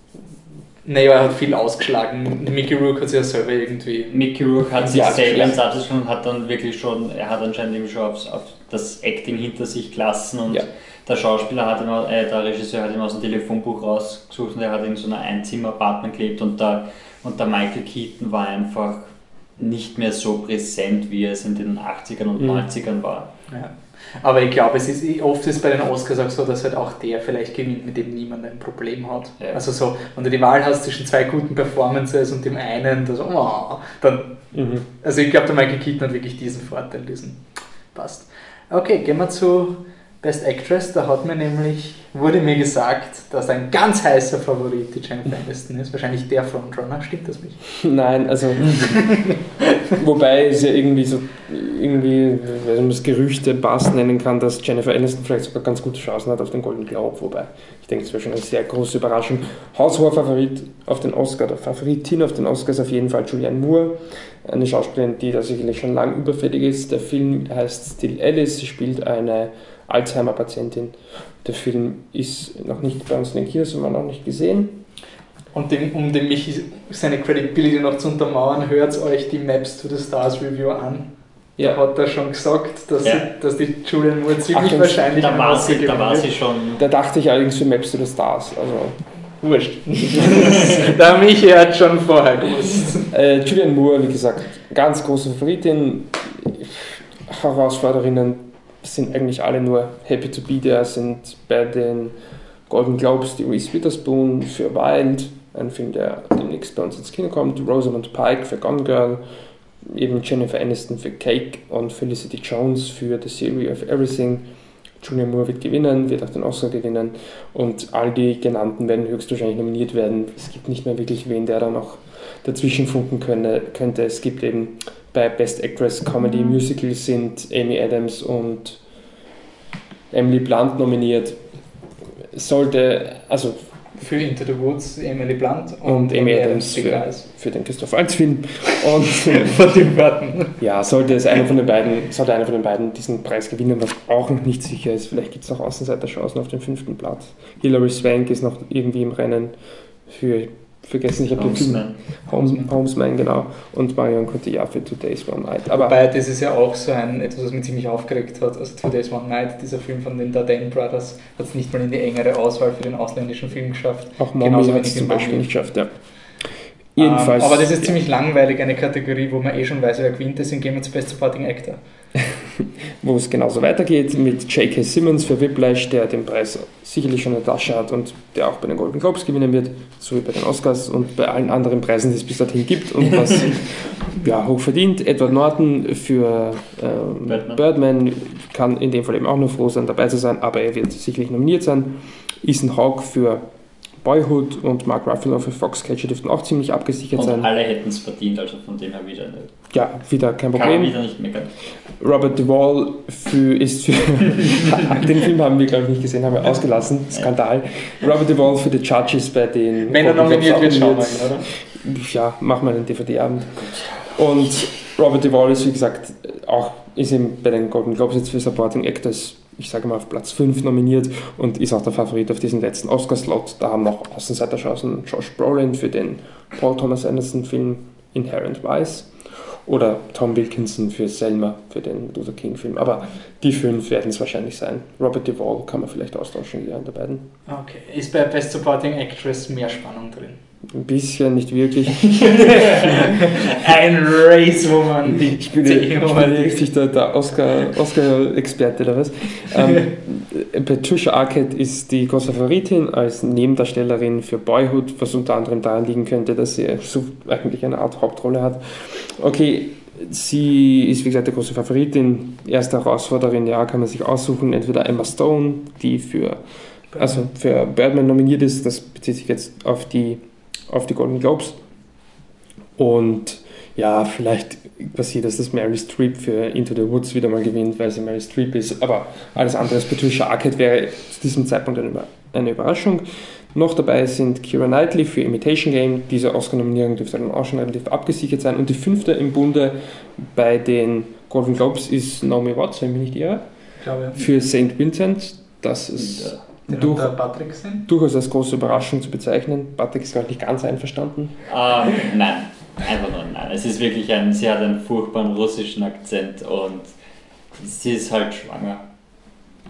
Nee, aber er hat viel ausgeschlagen. Mickey Rourke hat sich ja selber irgendwie. Mickey Rourke hat sich Ja, selber klar. ins Abschluss und hat dann wirklich schon, er hat anscheinend eben schon aufs, auf das Acting hinter sich gelassen und Ja. der Schauspieler hat ihn, au- äh, der Regisseur hat ihn aus dem Telefonbuch rausgesucht und er hat in so einer Einzimmer-Apartment gelebt und der, und der Michael Keaton war einfach nicht mehr so präsent, wie es in den achtzigern und mhm. neunzigern war. Ja. Aber ich glaube, es ist oft ist bei den Oscars auch so, dass halt auch der vielleicht gewinnt, mit dem niemand ein Problem hat. Ja. Also so, wenn du die Wahl hast zwischen zwei guten Performances und dem einen, das, oh, dann, mhm. also ich glaube, der Michael Keaton hat wirklich diesen Vorteil, diesen passt. Okay, gehen wir zu Best Actress. Da hat mir nämlich, wurde mir gesagt, dass ein ganz heißer Favorit die Jennifer Aniston ist. Wahrscheinlich der Frontrunner. Stimmt das nicht? Nein, also wobei es ja irgendwie so, irgendwie, wenn man das Gerüchte Bass nennen kann, dass Jennifer Aniston vielleicht sogar ganz gute Chancen hat auf den Golden Globe, wobei ich denke, es wäre schon eine sehr große Überraschung. Haushoher Favorit auf den Oscar, der Favoritin auf den Oscar ist auf jeden Fall Julianne Moore, eine Schauspielerin, die da sicherlich schon lang überfällig ist. Der Film heißt Still Alice, sie spielt eine Alzheimer-Patientin. Der Film ist noch nicht bei uns in den Kinos, haben wir noch nicht gesehen. Und dem, um dem Michi seine Credibility noch zu untermauern, hört euch die Maps to the Stars Review an. Ja. Da hat er schon gesagt, dass, ja. sie, dass die Julianne Moore ziemlich Ach, wahrscheinlich da war, sie, da war sie schon. Da dachte ich allerdings für Maps to the Stars. Also wurscht. Der Michi hat schon vorher gewusst. Äh, Julianne Moore, wie gesagt, ganz große Favoritin. Herausforderinnen sind eigentlich alle nur happy to be there, sind bei den Golden Globes die Reese Witherspoon für Wild, ein Film, der demnächst bei uns ins Kino kommt, Rosamund Pike für Gone Girl, eben Jennifer Aniston für Cake und Felicity Jones für The Theory of Everything. Julianne Moore wird gewinnen, wird auch den Oscar gewinnen und all die genannten werden höchstwahrscheinlich nominiert werden. Es gibt nicht mehr wirklich wen, der da noch dazwischen funken könnte. Es gibt eben bei Best Actress Comedy Musical sind Amy Adams und Emily Blunt nominiert. Sollte, also für Into the Woods Emily Blunt und, und Amy Adams für, für den Christoph Waltz Film. Und von den Worten. Ja, sollte es einer von den beiden, sollte einer von den beiden diesen Preis gewinnen, was auch noch nicht sicher ist. Vielleicht gibt es noch Außenseiterchancen auf den fünften Platz. Hilary Swank ist noch irgendwie im Rennen für vergessen, ich habe den Film Homesman. Homesman, genau, und Marion Cotillard für Two Days One Night. Aber Wobei, das ist ja auch so ein, etwas, was mich ziemlich aufgeregt hat, also Two Days One Night, dieser Film von den Dardenne Brothers, hat es nicht mal in die engere Auswahl für den ausländischen Film geschafft. Auch Mommy hat es zum Beispiel nicht geschafft, ja. Jedenfalls. Um, aber das ist ja. ziemlich langweilig, eine Kategorie, wo man eh schon weiß, wer gewinnt, deswegen gehen wir zu Best Supporting Actor. Wo es genauso weitergeht mit J K. Simmons für Whiplash, der den Preis sicherlich schon in der Tasche hat und der auch bei den Golden Globes gewinnen wird, so wie bei den Oscars und bei allen anderen Preisen, die es bis dorthin gibt und was ja, hoch verdient. Edward Norton für ähm, Birdman. Birdman kann in dem Fall eben auch nur froh sein, dabei zu sein, aber er wird sicherlich nominiert sein. Ethan Hawke für Boyhood und Mark Ruffalo für Foxcatcher dürften auch ziemlich abgesichert und sein. Und alle hätten es verdient, also von dem her wieder nicht. Ja, wieder kein Problem. Kann man wieder nicht meckern. Robert Duvall für, ist für den Film haben wir glaube ich nicht gesehen, haben wir ausgelassen, Skandal. Robert Duvall für The Judges bei den... Wenn er nominiert wird, schauen wir ihn, oder? Ja, machen wir einen D V D-Abend. Und Robert Duvall ist wie gesagt auch ist eben bei den Golden Globes jetzt für Supporting Actors, ich sage mal, auf Platz fünf nominiert und ist auch der Favorit auf diesen letzten Oscar-Slot. Da haben noch Außenseiterchancen Josh Brolin für den Paul Thomas Anderson-Film Inherent Vice oder Tom Wilkinson für Selma, für den Luther King-Film. Aber die fünf werden es wahrscheinlich sein. Robert Duvall kann man vielleicht austauschen, ja, der beiden. Okay. Ist bei Best Supporting Actress mehr Spannung drin? Ein bisschen, nicht wirklich. Ein Race, wo man die Ich bin, ich bin richtig der, der Oscar, Oscar-Experte oder was. ähm, Patricia Arquette ist die große Favoritin als Nebendarstellerin für Boyhood, was unter anderem daran liegen könnte, dass sie so eigentlich eine Art Hauptrolle hat. Okay, sie ist wie gesagt die große Favoritin, erste Herausforderin, ja, kann man sich aussuchen, entweder Emma Stone, die für, also für Birdman nominiert ist, das bezieht sich jetzt auf die auf die Golden Globes und ja, vielleicht passiert es, dass Meryl Streep für Into the Woods wieder mal gewinnt, weil sie Meryl Streep ist, aber alles andere als Patricia Arquette wäre zu diesem Zeitpunkt eine Überraschung. Noch dabei sind Keira Knightley für Imitation Game, diese Oscar-Nominierung dürfte dann auch schon relativ abgesichert sein und die fünfte im Bunde bei den Golden Globes ist Naomi Watts, wenn ich mich nicht irre, glaube, ja. für Saint Vincent, das ist... Ja. Durch, Patrick durchaus als große Überraschung zu bezeichnen. Patrick ist, glaube ich, nicht ganz einverstanden. Ähm, nein, einfach nur nein. Es ist wirklich ein, sie hat einen furchtbaren russischen Akzent und sie ist halt schwanger.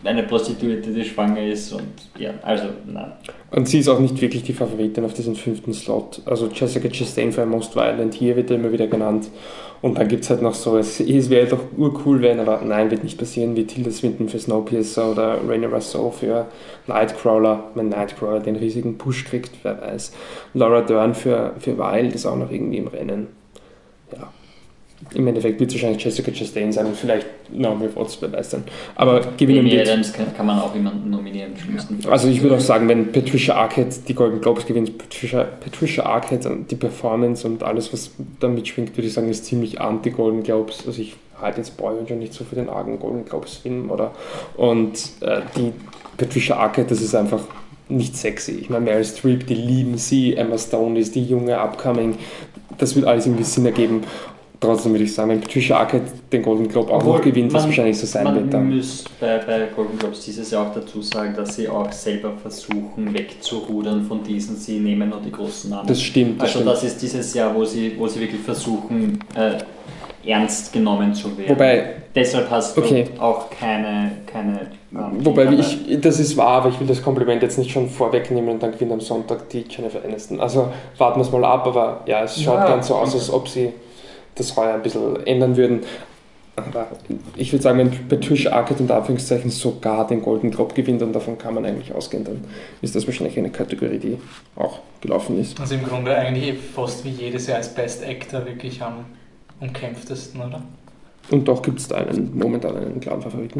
eine Prostituierte, die schwanger ist und ja, also nein. Und sie ist auch nicht wirklich die Favoritin auf diesen fünften Slot. Also Jessica Chastain für Most Violent, hier wird er immer wieder genannt. Und dann gibt es halt noch so, es, es wäre doch urcool, wenn, aber nein, wird nicht passieren, wie Tilda Swinton für Snowpiercer oder Raina Rousseau für Nightcrawler. Wenn Nightcrawler den riesigen Push kriegt, wer weiß. Laura Dern für, für Wild ist auch noch irgendwie im Rennen. Ja. Im Endeffekt wird es wahrscheinlich Jessica Chastain sein und vielleicht Naomi Watts, wer weiß dann. Aber gewinnen Amy wird... Adams kann, kann man auch jemanden nominieren im schlimmsten Fall. Also ich würde auch sagen, wenn Patricia Arquette die Golden Globes gewinnt, Patricia, Patricia Arquette und die Performance und alles, was da mitschwingt, würde ich sagen, ist ziemlich anti-Golden Globes. Also ich halte jetzt Boyhood schon nicht so für den argen Golden Globes-Film, oder? Und äh, die Patricia Arquette, das ist einfach nicht sexy. Ich meine, Meryl Streep, die lieben sie, Emma Stone ist die junge Upcoming, das wird alles irgendwie Sinn ergeben. Trotzdem würde ich sagen, wenn Patricia Arquette den Golden Globe auch Obwohl noch gewinnt, was man, wahrscheinlich so sein man wird. Man muss bei, bei Golden Globes dieses Jahr auch dazu sagen, dass sie auch selber versuchen wegzurudern von diesen, sie nehmen nur die großen Namen. Das stimmt. Das also stimmt. das ist dieses Jahr, wo sie, wo sie wirklich versuchen, äh, ernst genommen zu werden. Wobei, deshalb hast du okay. auch keine... keine ähm, Wobei, ich, das ist wahr, aber ich will das Kompliment jetzt nicht schon vorwegnehmen und dann gewinnt am Sonntag die Jennifer Aniston. Also warten wir es mal ab, aber ja, es schaut ja, dann so aus, als ob sie das heuer ein bisschen ändern würden. Aber ich würde sagen, wenn Patricia Arquette unter Anführungszeichen sogar den Golden Globe gewinnt, und davon kann man eigentlich ausgehen, dann ist das wahrscheinlich eine Kategorie, die auch gelaufen ist. Also im Grunde eigentlich fast wie jedes Jahr als Best Actor wirklich am umkämpftesten, oder? Und doch gibt es da einen, momentan einen klaren Favoriten.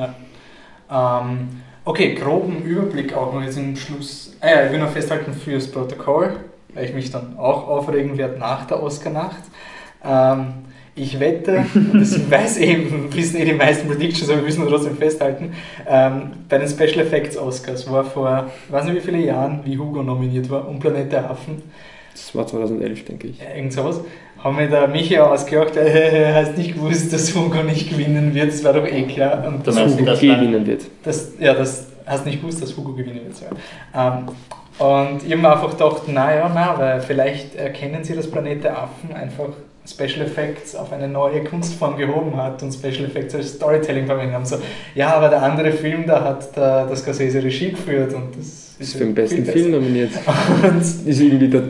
Ja. Ähm, okay, groben Überblick auch noch jetzt im Schluss. Ah ja, ich will noch festhalten fürs Protokoll, weil ich mich dann auch aufregen werde nach der Oscar-Nacht. Ähm, ich wette, und das weiß eben, wissen eh die meisten Predictions, aber wir müssen trotzdem festhalten, ähm, bei den Special Effects Oscars war vor, ich weiß nicht wie viele Jahren, wie Hugo nominiert war, um Planet der Affen. Das war zweitausendelf, denke ich. Irgend sowas. Haben wir da Michi ausgelacht, äh, hast nicht gewusst, dass Hugo nicht gewinnen wird, das war doch eh klar. Und Dass das Hugo das gewinnen wird. Das, ja, das hast nicht gewusst, dass Hugo gewinnen wird. Ja. Ähm, und ich habe mir einfach gedacht, naja, na, weil vielleicht erkennen sie, dass Planet der Affen einfach Special Effects auf eine neue Kunstform gehoben hat und Special Effects als Storytelling verwendet haben. So, ja, aber der andere Film, da hat der, das Scorsese Regie geführt und das ist für den besten viel Film nominiert. Und ist irgendwie der,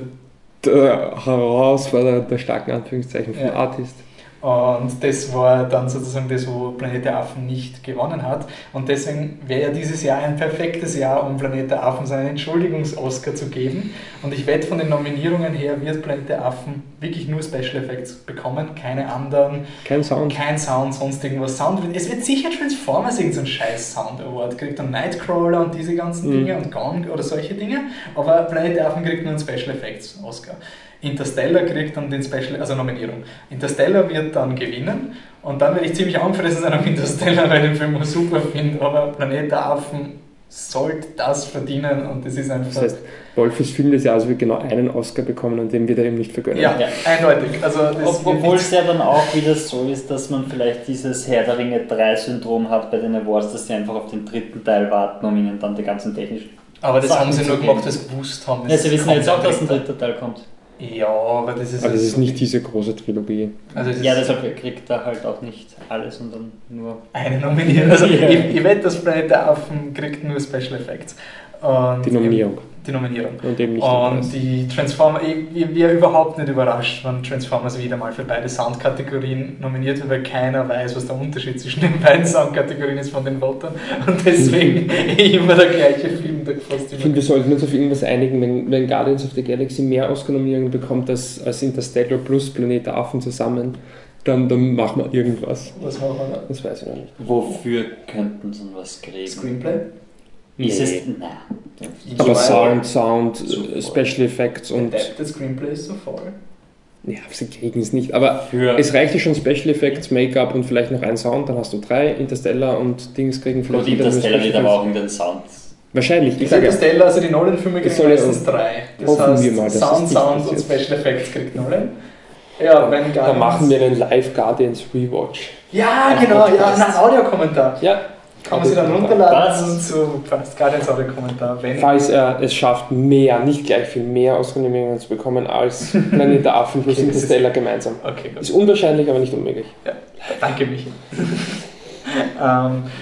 der Herausforderer der starken Anführungszeichen von ja. Artist. Und das war dann sozusagen das, wo Planet der Affen nicht gewonnen hat. Und deswegen wäre ja dieses Jahr ein perfektes Jahr, um Planet der Affen seinen Entschuldigungs-Oscar zu geben. Und ich wette, von den Nominierungen her wird Planet der Affen wirklich nur Special Effects bekommen, keine anderen. Kein Sound. Kein Sound, sonst irgendwas. Sound wird, es wird sicher Transformers irgendein scheiß Sound Award kriegt, und Nightcrawler und diese ganzen Dinge mhm. und Gone oder solche Dinge. Aber Planet der Affen kriegt nur einen Special Effects Oscar. Interstellar kriegt dann den Special, also Nominierung. Interstellar wird dann gewinnen und dann werde ich ziemlich angefressen sein auf Interstellar, weil ich den Film super finde, aber Planet der Affen sollte das verdienen und das ist einfach... Das heißt, Wolfes Film des Jahres wird genau einen Oscar bekommen und den wird er ihm nicht vergönnen. Ja, ja. eindeutig. Also das Ob, obwohl es ja dann auch wieder so ist, dass man vielleicht dieses Herr der Ringe drei Syndrom hat bei den Awards, dass sie einfach auf den dritten Teil warten, um ihnen dann die ganzen technischen... Aber das Sachen haben sie nur geben. gemacht, dass sie gewusst haben. Ja, sie wissen jetzt auch, dass ein dritter Teil kommt. Ja, aber das ist... Aber das ist nicht diese große Trilogie. Also ja, deshalb kriegt er halt auch nicht alles, sondern nur... eine Nominierung. Also ja. ich, ich wette, dass Planet der Affen kriegt nur Special Effects. Und die Nominierung. Die Nominierung. Und eben nicht Und die Transformers, ich, ich wäre überhaupt nicht überrascht, wenn Transformers wieder mal für beide Soundkategorien nominiert wird, weil keiner weiß, was der Unterschied zwischen den beiden Soundkategorien ist von den Votern. Und deswegen immer der gleiche Film. Der fast ich finde, wir sollten uns auf irgendwas einigen, wenn, wenn Guardians of the Galaxy mehr Oscar-Nominierungen bekommt als, als Interstellar plus Planet der Affen zusammen, dann, dann machen wir irgendwas. Was machen wir da? Das weiß ich noch nicht. Wofür könnten sie was kriegen? Screenplay? Ist nee. es... Nein. Aber Sound, Sound, so Special Effects und... Adapted Screenplay ist so voll. Ja, sie kriegen es nicht, aber Für es reicht ja schon Special Effects, Make-up und vielleicht noch ein Sound, dann hast du drei, Interstellar und Dings kriegen vielleicht... Und Interstellar wird aber auch in den Sound... Wahrscheinlich. Ich sage Interstellar, also die Nolan-Filme kriegen soll meistens drei. Das hoffen heißt, wir mal, dass Sound, es nicht Sound und passiert. Special Effects kriegt Nolan. Ja, wenn Da machen wir einen Live Guardians Rewatch. Ja, genau, ja, ein Audiokommentar. Ja. Kann man sie dann runterladen und so passt. Guardians Audiokommentar. Wenn Falls er es schafft, mehr, nicht gleich viel mehr Oscar-Nominierungen zu bekommen als Planet der Affen plus Okay, das Interstellar gemeinsam. Okay, gut. Ist unwahrscheinlich, aber nicht unmöglich. Ja, danke, Michi. ähm,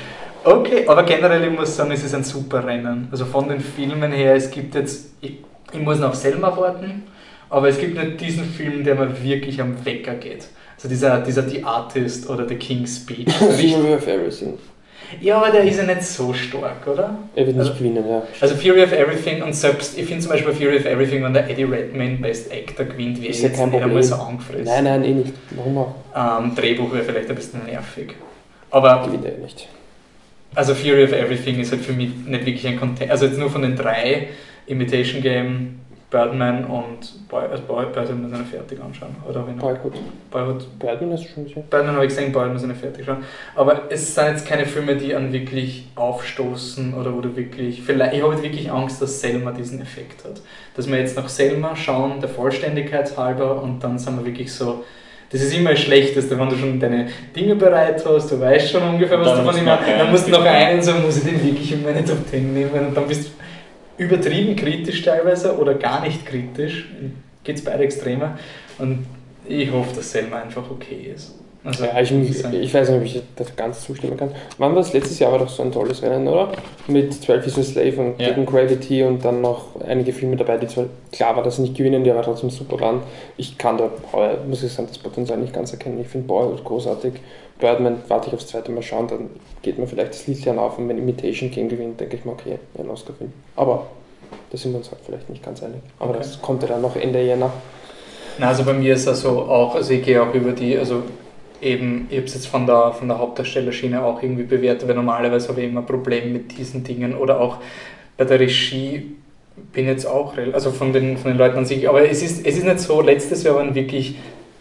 Okay, aber generell, ich muss sagen, es ist ein super Rennen. Also von den Filmen her, es gibt jetzt, ich, ich muss noch Selma warten, aber es gibt nicht diesen Film, der mir wirklich am Wecker geht. Also dieser, dieser The Artist oder The King's Speech. Fury of Everything. Ja, aber der ist ja nicht so stark, oder? Er wird nicht also, gewinnen, ja. Also Fury of Everything und selbst, ich finde zum Beispiel Fury of Everything, wenn der Eddie Redmayne Best Actor gewinnt, wäre ist jetzt ja nicht einmal so angefressen. Nein, nein, eh nicht. Warum auch? Ähm, Drehbuch wäre vielleicht ein bisschen nervig. Aber gewinnt er nicht. Also Fury of Everything ist halt für mich nicht wirklich ein Content. Also jetzt nur von den drei, Imitation Game, Birdman und Boy, also Boy, Birdman müssen wir fertig anschauen. Oder habe ich noch? Boyhood. Boyhood. Birdman hast du schon gesehen? Birdman habe ich gesehen, Boyhood müssen wir fertig schauen. Aber es sind jetzt keine Filme, die an wirklich aufstoßen oder wo du wirklich... Vielleicht, ich habe jetzt wirklich Angst, dass Selma diesen Effekt hat. Dass wir jetzt nach Selma schauen, der Vollständigkeit halber, und dann sind wir wirklich so... Das ist immer das Schlechteste, wenn du schon deine Dinge bereit hast, du weißt schon ungefähr, was du von ihm hast, dann musst du noch einen sagen, muss ich den wirklich in meine Top Ten nehmen, und dann bist du übertrieben kritisch teilweise oder gar nicht kritisch, geht es beide Extreme, und ich hoffe, dass Selma einfach okay ist. Also, ja, ich, ich weiß nicht, ob ich das ganz zustimmen kann. Wann war das? Letztes Jahr war doch so ein tolles Rennen, oder? Mit zwölf is a Slave und ja. gegen Gravity und dann noch einige Filme dabei, die zwar klar war, dass sie nicht gewinnen, die aber trotzdem super waren. Ich kann da, muss ich sagen, das Potenzial nicht ganz erkennen. Ich finde Boyhood großartig. Birdman warte ich aufs zweite Mal schauen, dann geht mir vielleicht das Lichtchen auf, und wenn Imitation King gewinnt, denke ich mir, okay, einen Oscar finden. Aber da sind wir uns halt vielleicht nicht ganz einig. Aber okay. Das kommt ja dann noch Ende Jänner. Na, also bei mir ist das so auch, also ich gehe auch über die, also eben, ich habe es jetzt von der, von der Hauptdarstellerschiene auch irgendwie bewertet, weil normalerweise habe ich immer Probleme mit diesen Dingen, oder auch bei der Regie bin jetzt auch, also von den, von den Leuten an sich, aber es ist, es ist nicht so, letztes Jahr waren wirklich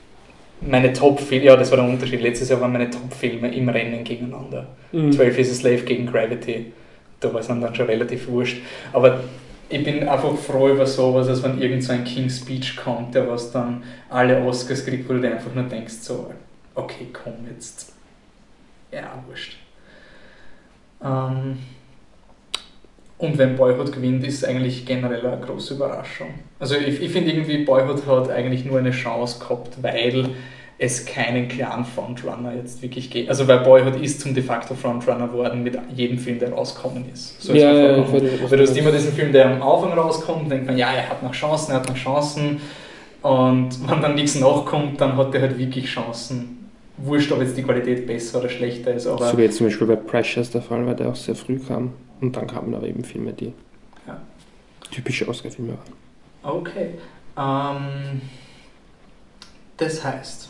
meine Top-Filme, ja, das war der Unterschied, letztes Jahr waren meine Top-Filme im Rennen gegeneinander. Mhm. zwölf is a Slave gegen Gravity, da war es dann schon relativ wurscht, aber ich bin einfach froh über sowas, als wenn irgend so ein King's Speech kommt, der was dann alle Oscars kriegt, wo du dir einfach nur denkst, so, okay, komm jetzt. Ja, wurscht. Ähm, und wenn Boyhood gewinnt, ist eigentlich generell eine große Überraschung. Also ich, ich finde irgendwie, Boyhood hat eigentlich nur eine Chance gehabt, weil es keinen klaren Frontrunner jetzt wirklich geht. Also weil Boyhood ist zum de facto Frontrunner geworden mit jedem Film, der rausgekommen ist. So ja, ist ja, ja, weil du hast immer diesen Film, der am Anfang rauskommt, denkt man, ja, er hat noch Chancen, er hat noch Chancen. Und wenn dann nichts nachkommt, dann hat er halt wirklich Chancen. Wurscht, ob jetzt die Qualität besser oder schlechter ist. Aber so wie jetzt zum Beispiel bei Precious der Fall, weil der auch sehr früh kam. Und dann kamen aber eben Filme, die ja. typische Oscar-Filme waren. Okay. Ähm, das heißt...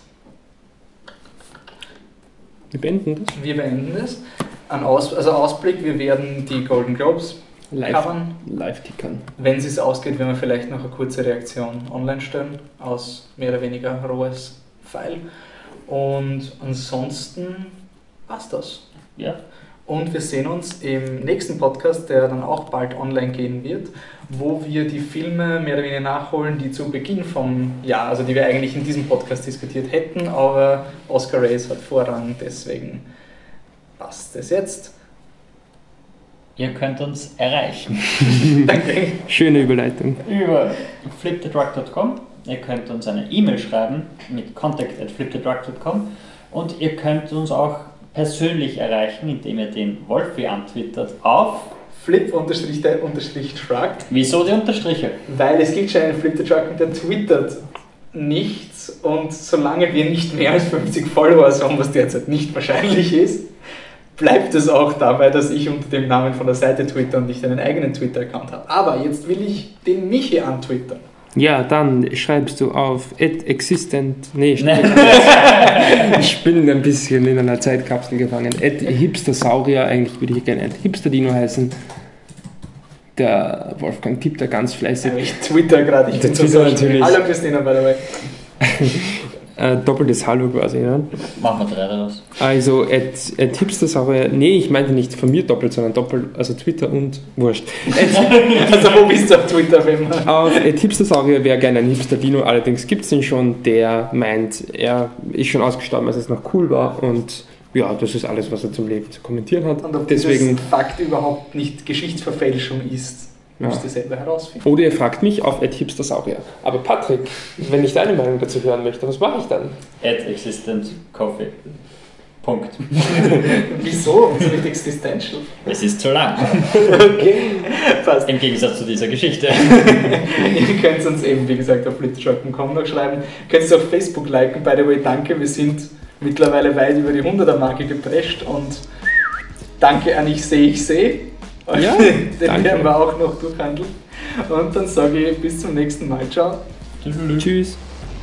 Wir beenden das? Wir beenden das. Ein Aus, also Ausblick, wir werden die Golden Globes live, covern. Live tickern. Wenn es ausgeht, werden wir vielleicht noch eine kurze Reaktion online stellen, aus mehr oder weniger rohes File. Und ansonsten war's das. Ja. Und wir sehen uns im nächsten Podcast, der dann auch bald online gehen wird, wo wir die Filme mehr oder weniger nachholen, die zu Beginn vom Jahr, also die wir eigentlich in diesem Podcast diskutiert hätten, aber Oscar Race hat Vorrang, deswegen passt es jetzt. Ihr könnt uns erreichen. Danke. Schöne Überleitung. Über flip the drug dot com. Ihr könnt uns eine E-Mail schreiben mit contact at flip the drug dot com und ihr könnt uns auch persönlich erreichen, indem ihr den Wolfi antwittert auf flip-the-truck. Wieso die Unterstriche? Weil es gibt schon einen Flip the Truck und der twittert nichts, und solange wir nicht mehr als fünfzig Followers haben, was derzeit nicht wahrscheinlich ist, bleibt es auch dabei, dass ich unter dem Namen von der Seite twitter und nicht einen eigenen Twitter-Account habe. Aber jetzt will ich den Michi antwittern. Ja, dann schreibst du auf at existent, nee, ich bin ein bisschen in einer Zeitkapsel gefangen, at hipstersaurier, eigentlich würde ich gerne at hipsterdino heißen. Der Wolfgang tippt da ganz fleißig. Ja, ich twitter gerade, ich bin so natürlich. Hallo Christina, by the way. Äh, doppeltes Hallo quasi, ja. Machen wir drei daraus. Also, at, at hipstersaurier, nee, ich meinte nicht von mir doppelt, sondern doppelt, also Twitter und wurscht. Also, wo bist du auf Twitter, wenn man? Auf at hipstersaurier wäre gerne ein Hipsterdino, allerdings gibt es den schon, der meint, er ist schon ausgestorben, als es noch cool war, und ja, das ist alles, was er zum Leben zu kommentieren hat. Und ob deswegen dieses Fakt überhaupt nicht Geschichtsverfälschung ist, ja. müsst ihr selber herausfinden. Oder ihr fragt mich auf at hipstersaurier. Aber Patrick, wenn ich deine Meinung dazu hören möchte, was mache ich dann? At existent coffee. Punkt. Wieso? So nicht existential. Es ist zu lang. Okay, passt. Im Gegensatz zu dieser Geschichte. Ihr könnt uns eben, wie gesagt, auf literature punkt com noch schreiben. Ihr könnt es auf Facebook liken. By the way, danke. Wir sind mittlerweile weit über die hunderter-Marke geprescht und danke an Ich sehe, ich sehe. Ja, den danke. werden wir auch noch durchhandeln. Und dann sage ich bis zum nächsten Mal. Ciao. Tschüss.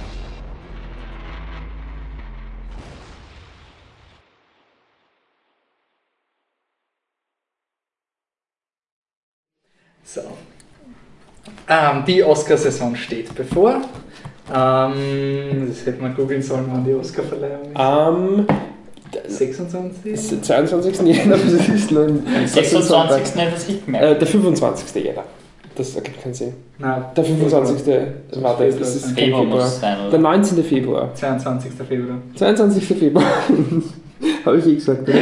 So. Ähm, die Oscar-Saison steht bevor. Ähm, das hätte man googeln sollen, wann die Oscar-Verleihung ist. Am sechsundzwanzigsten zweiundzwanzigsten Jänner, was ist denn? Am sechsundzwanzigsten hätte ich gemerkt. Äh, der fünfundzwanzigsten Jänner. Das ergibt keinen Sinn. Nein, Der fünfundzwanzigste Warte, das ist kein Februar muss Februar. es sein, oder? Der neunzehnten Februar. zweiundzwanzigsten Februar. zweiundzwanzigsten Februar. Habe ich eh gesagt, oder?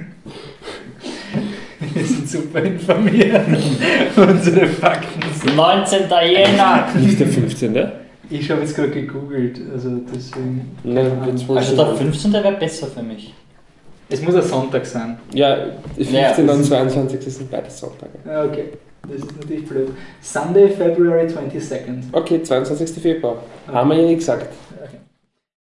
Wir sind super informiert. Unsere Fakten sind. neunzehnten Jänner! Nicht der fünfzehnte Ich habe jetzt gerade gegoogelt, also deswegen. Nein, jetzt wohl Also schon. der fünfzehnte wäre besser für mich. Es muss ein Sonntag sein. Ja, fünfzehnten Ja, und zweiundzwanzigsten sind beides Sonntage. Ja, okay. Das ist natürlich blöd. Sunday, February twenty-second. Okay, zweiundzwanzigsten Februar. Haben wir ja eh gesagt.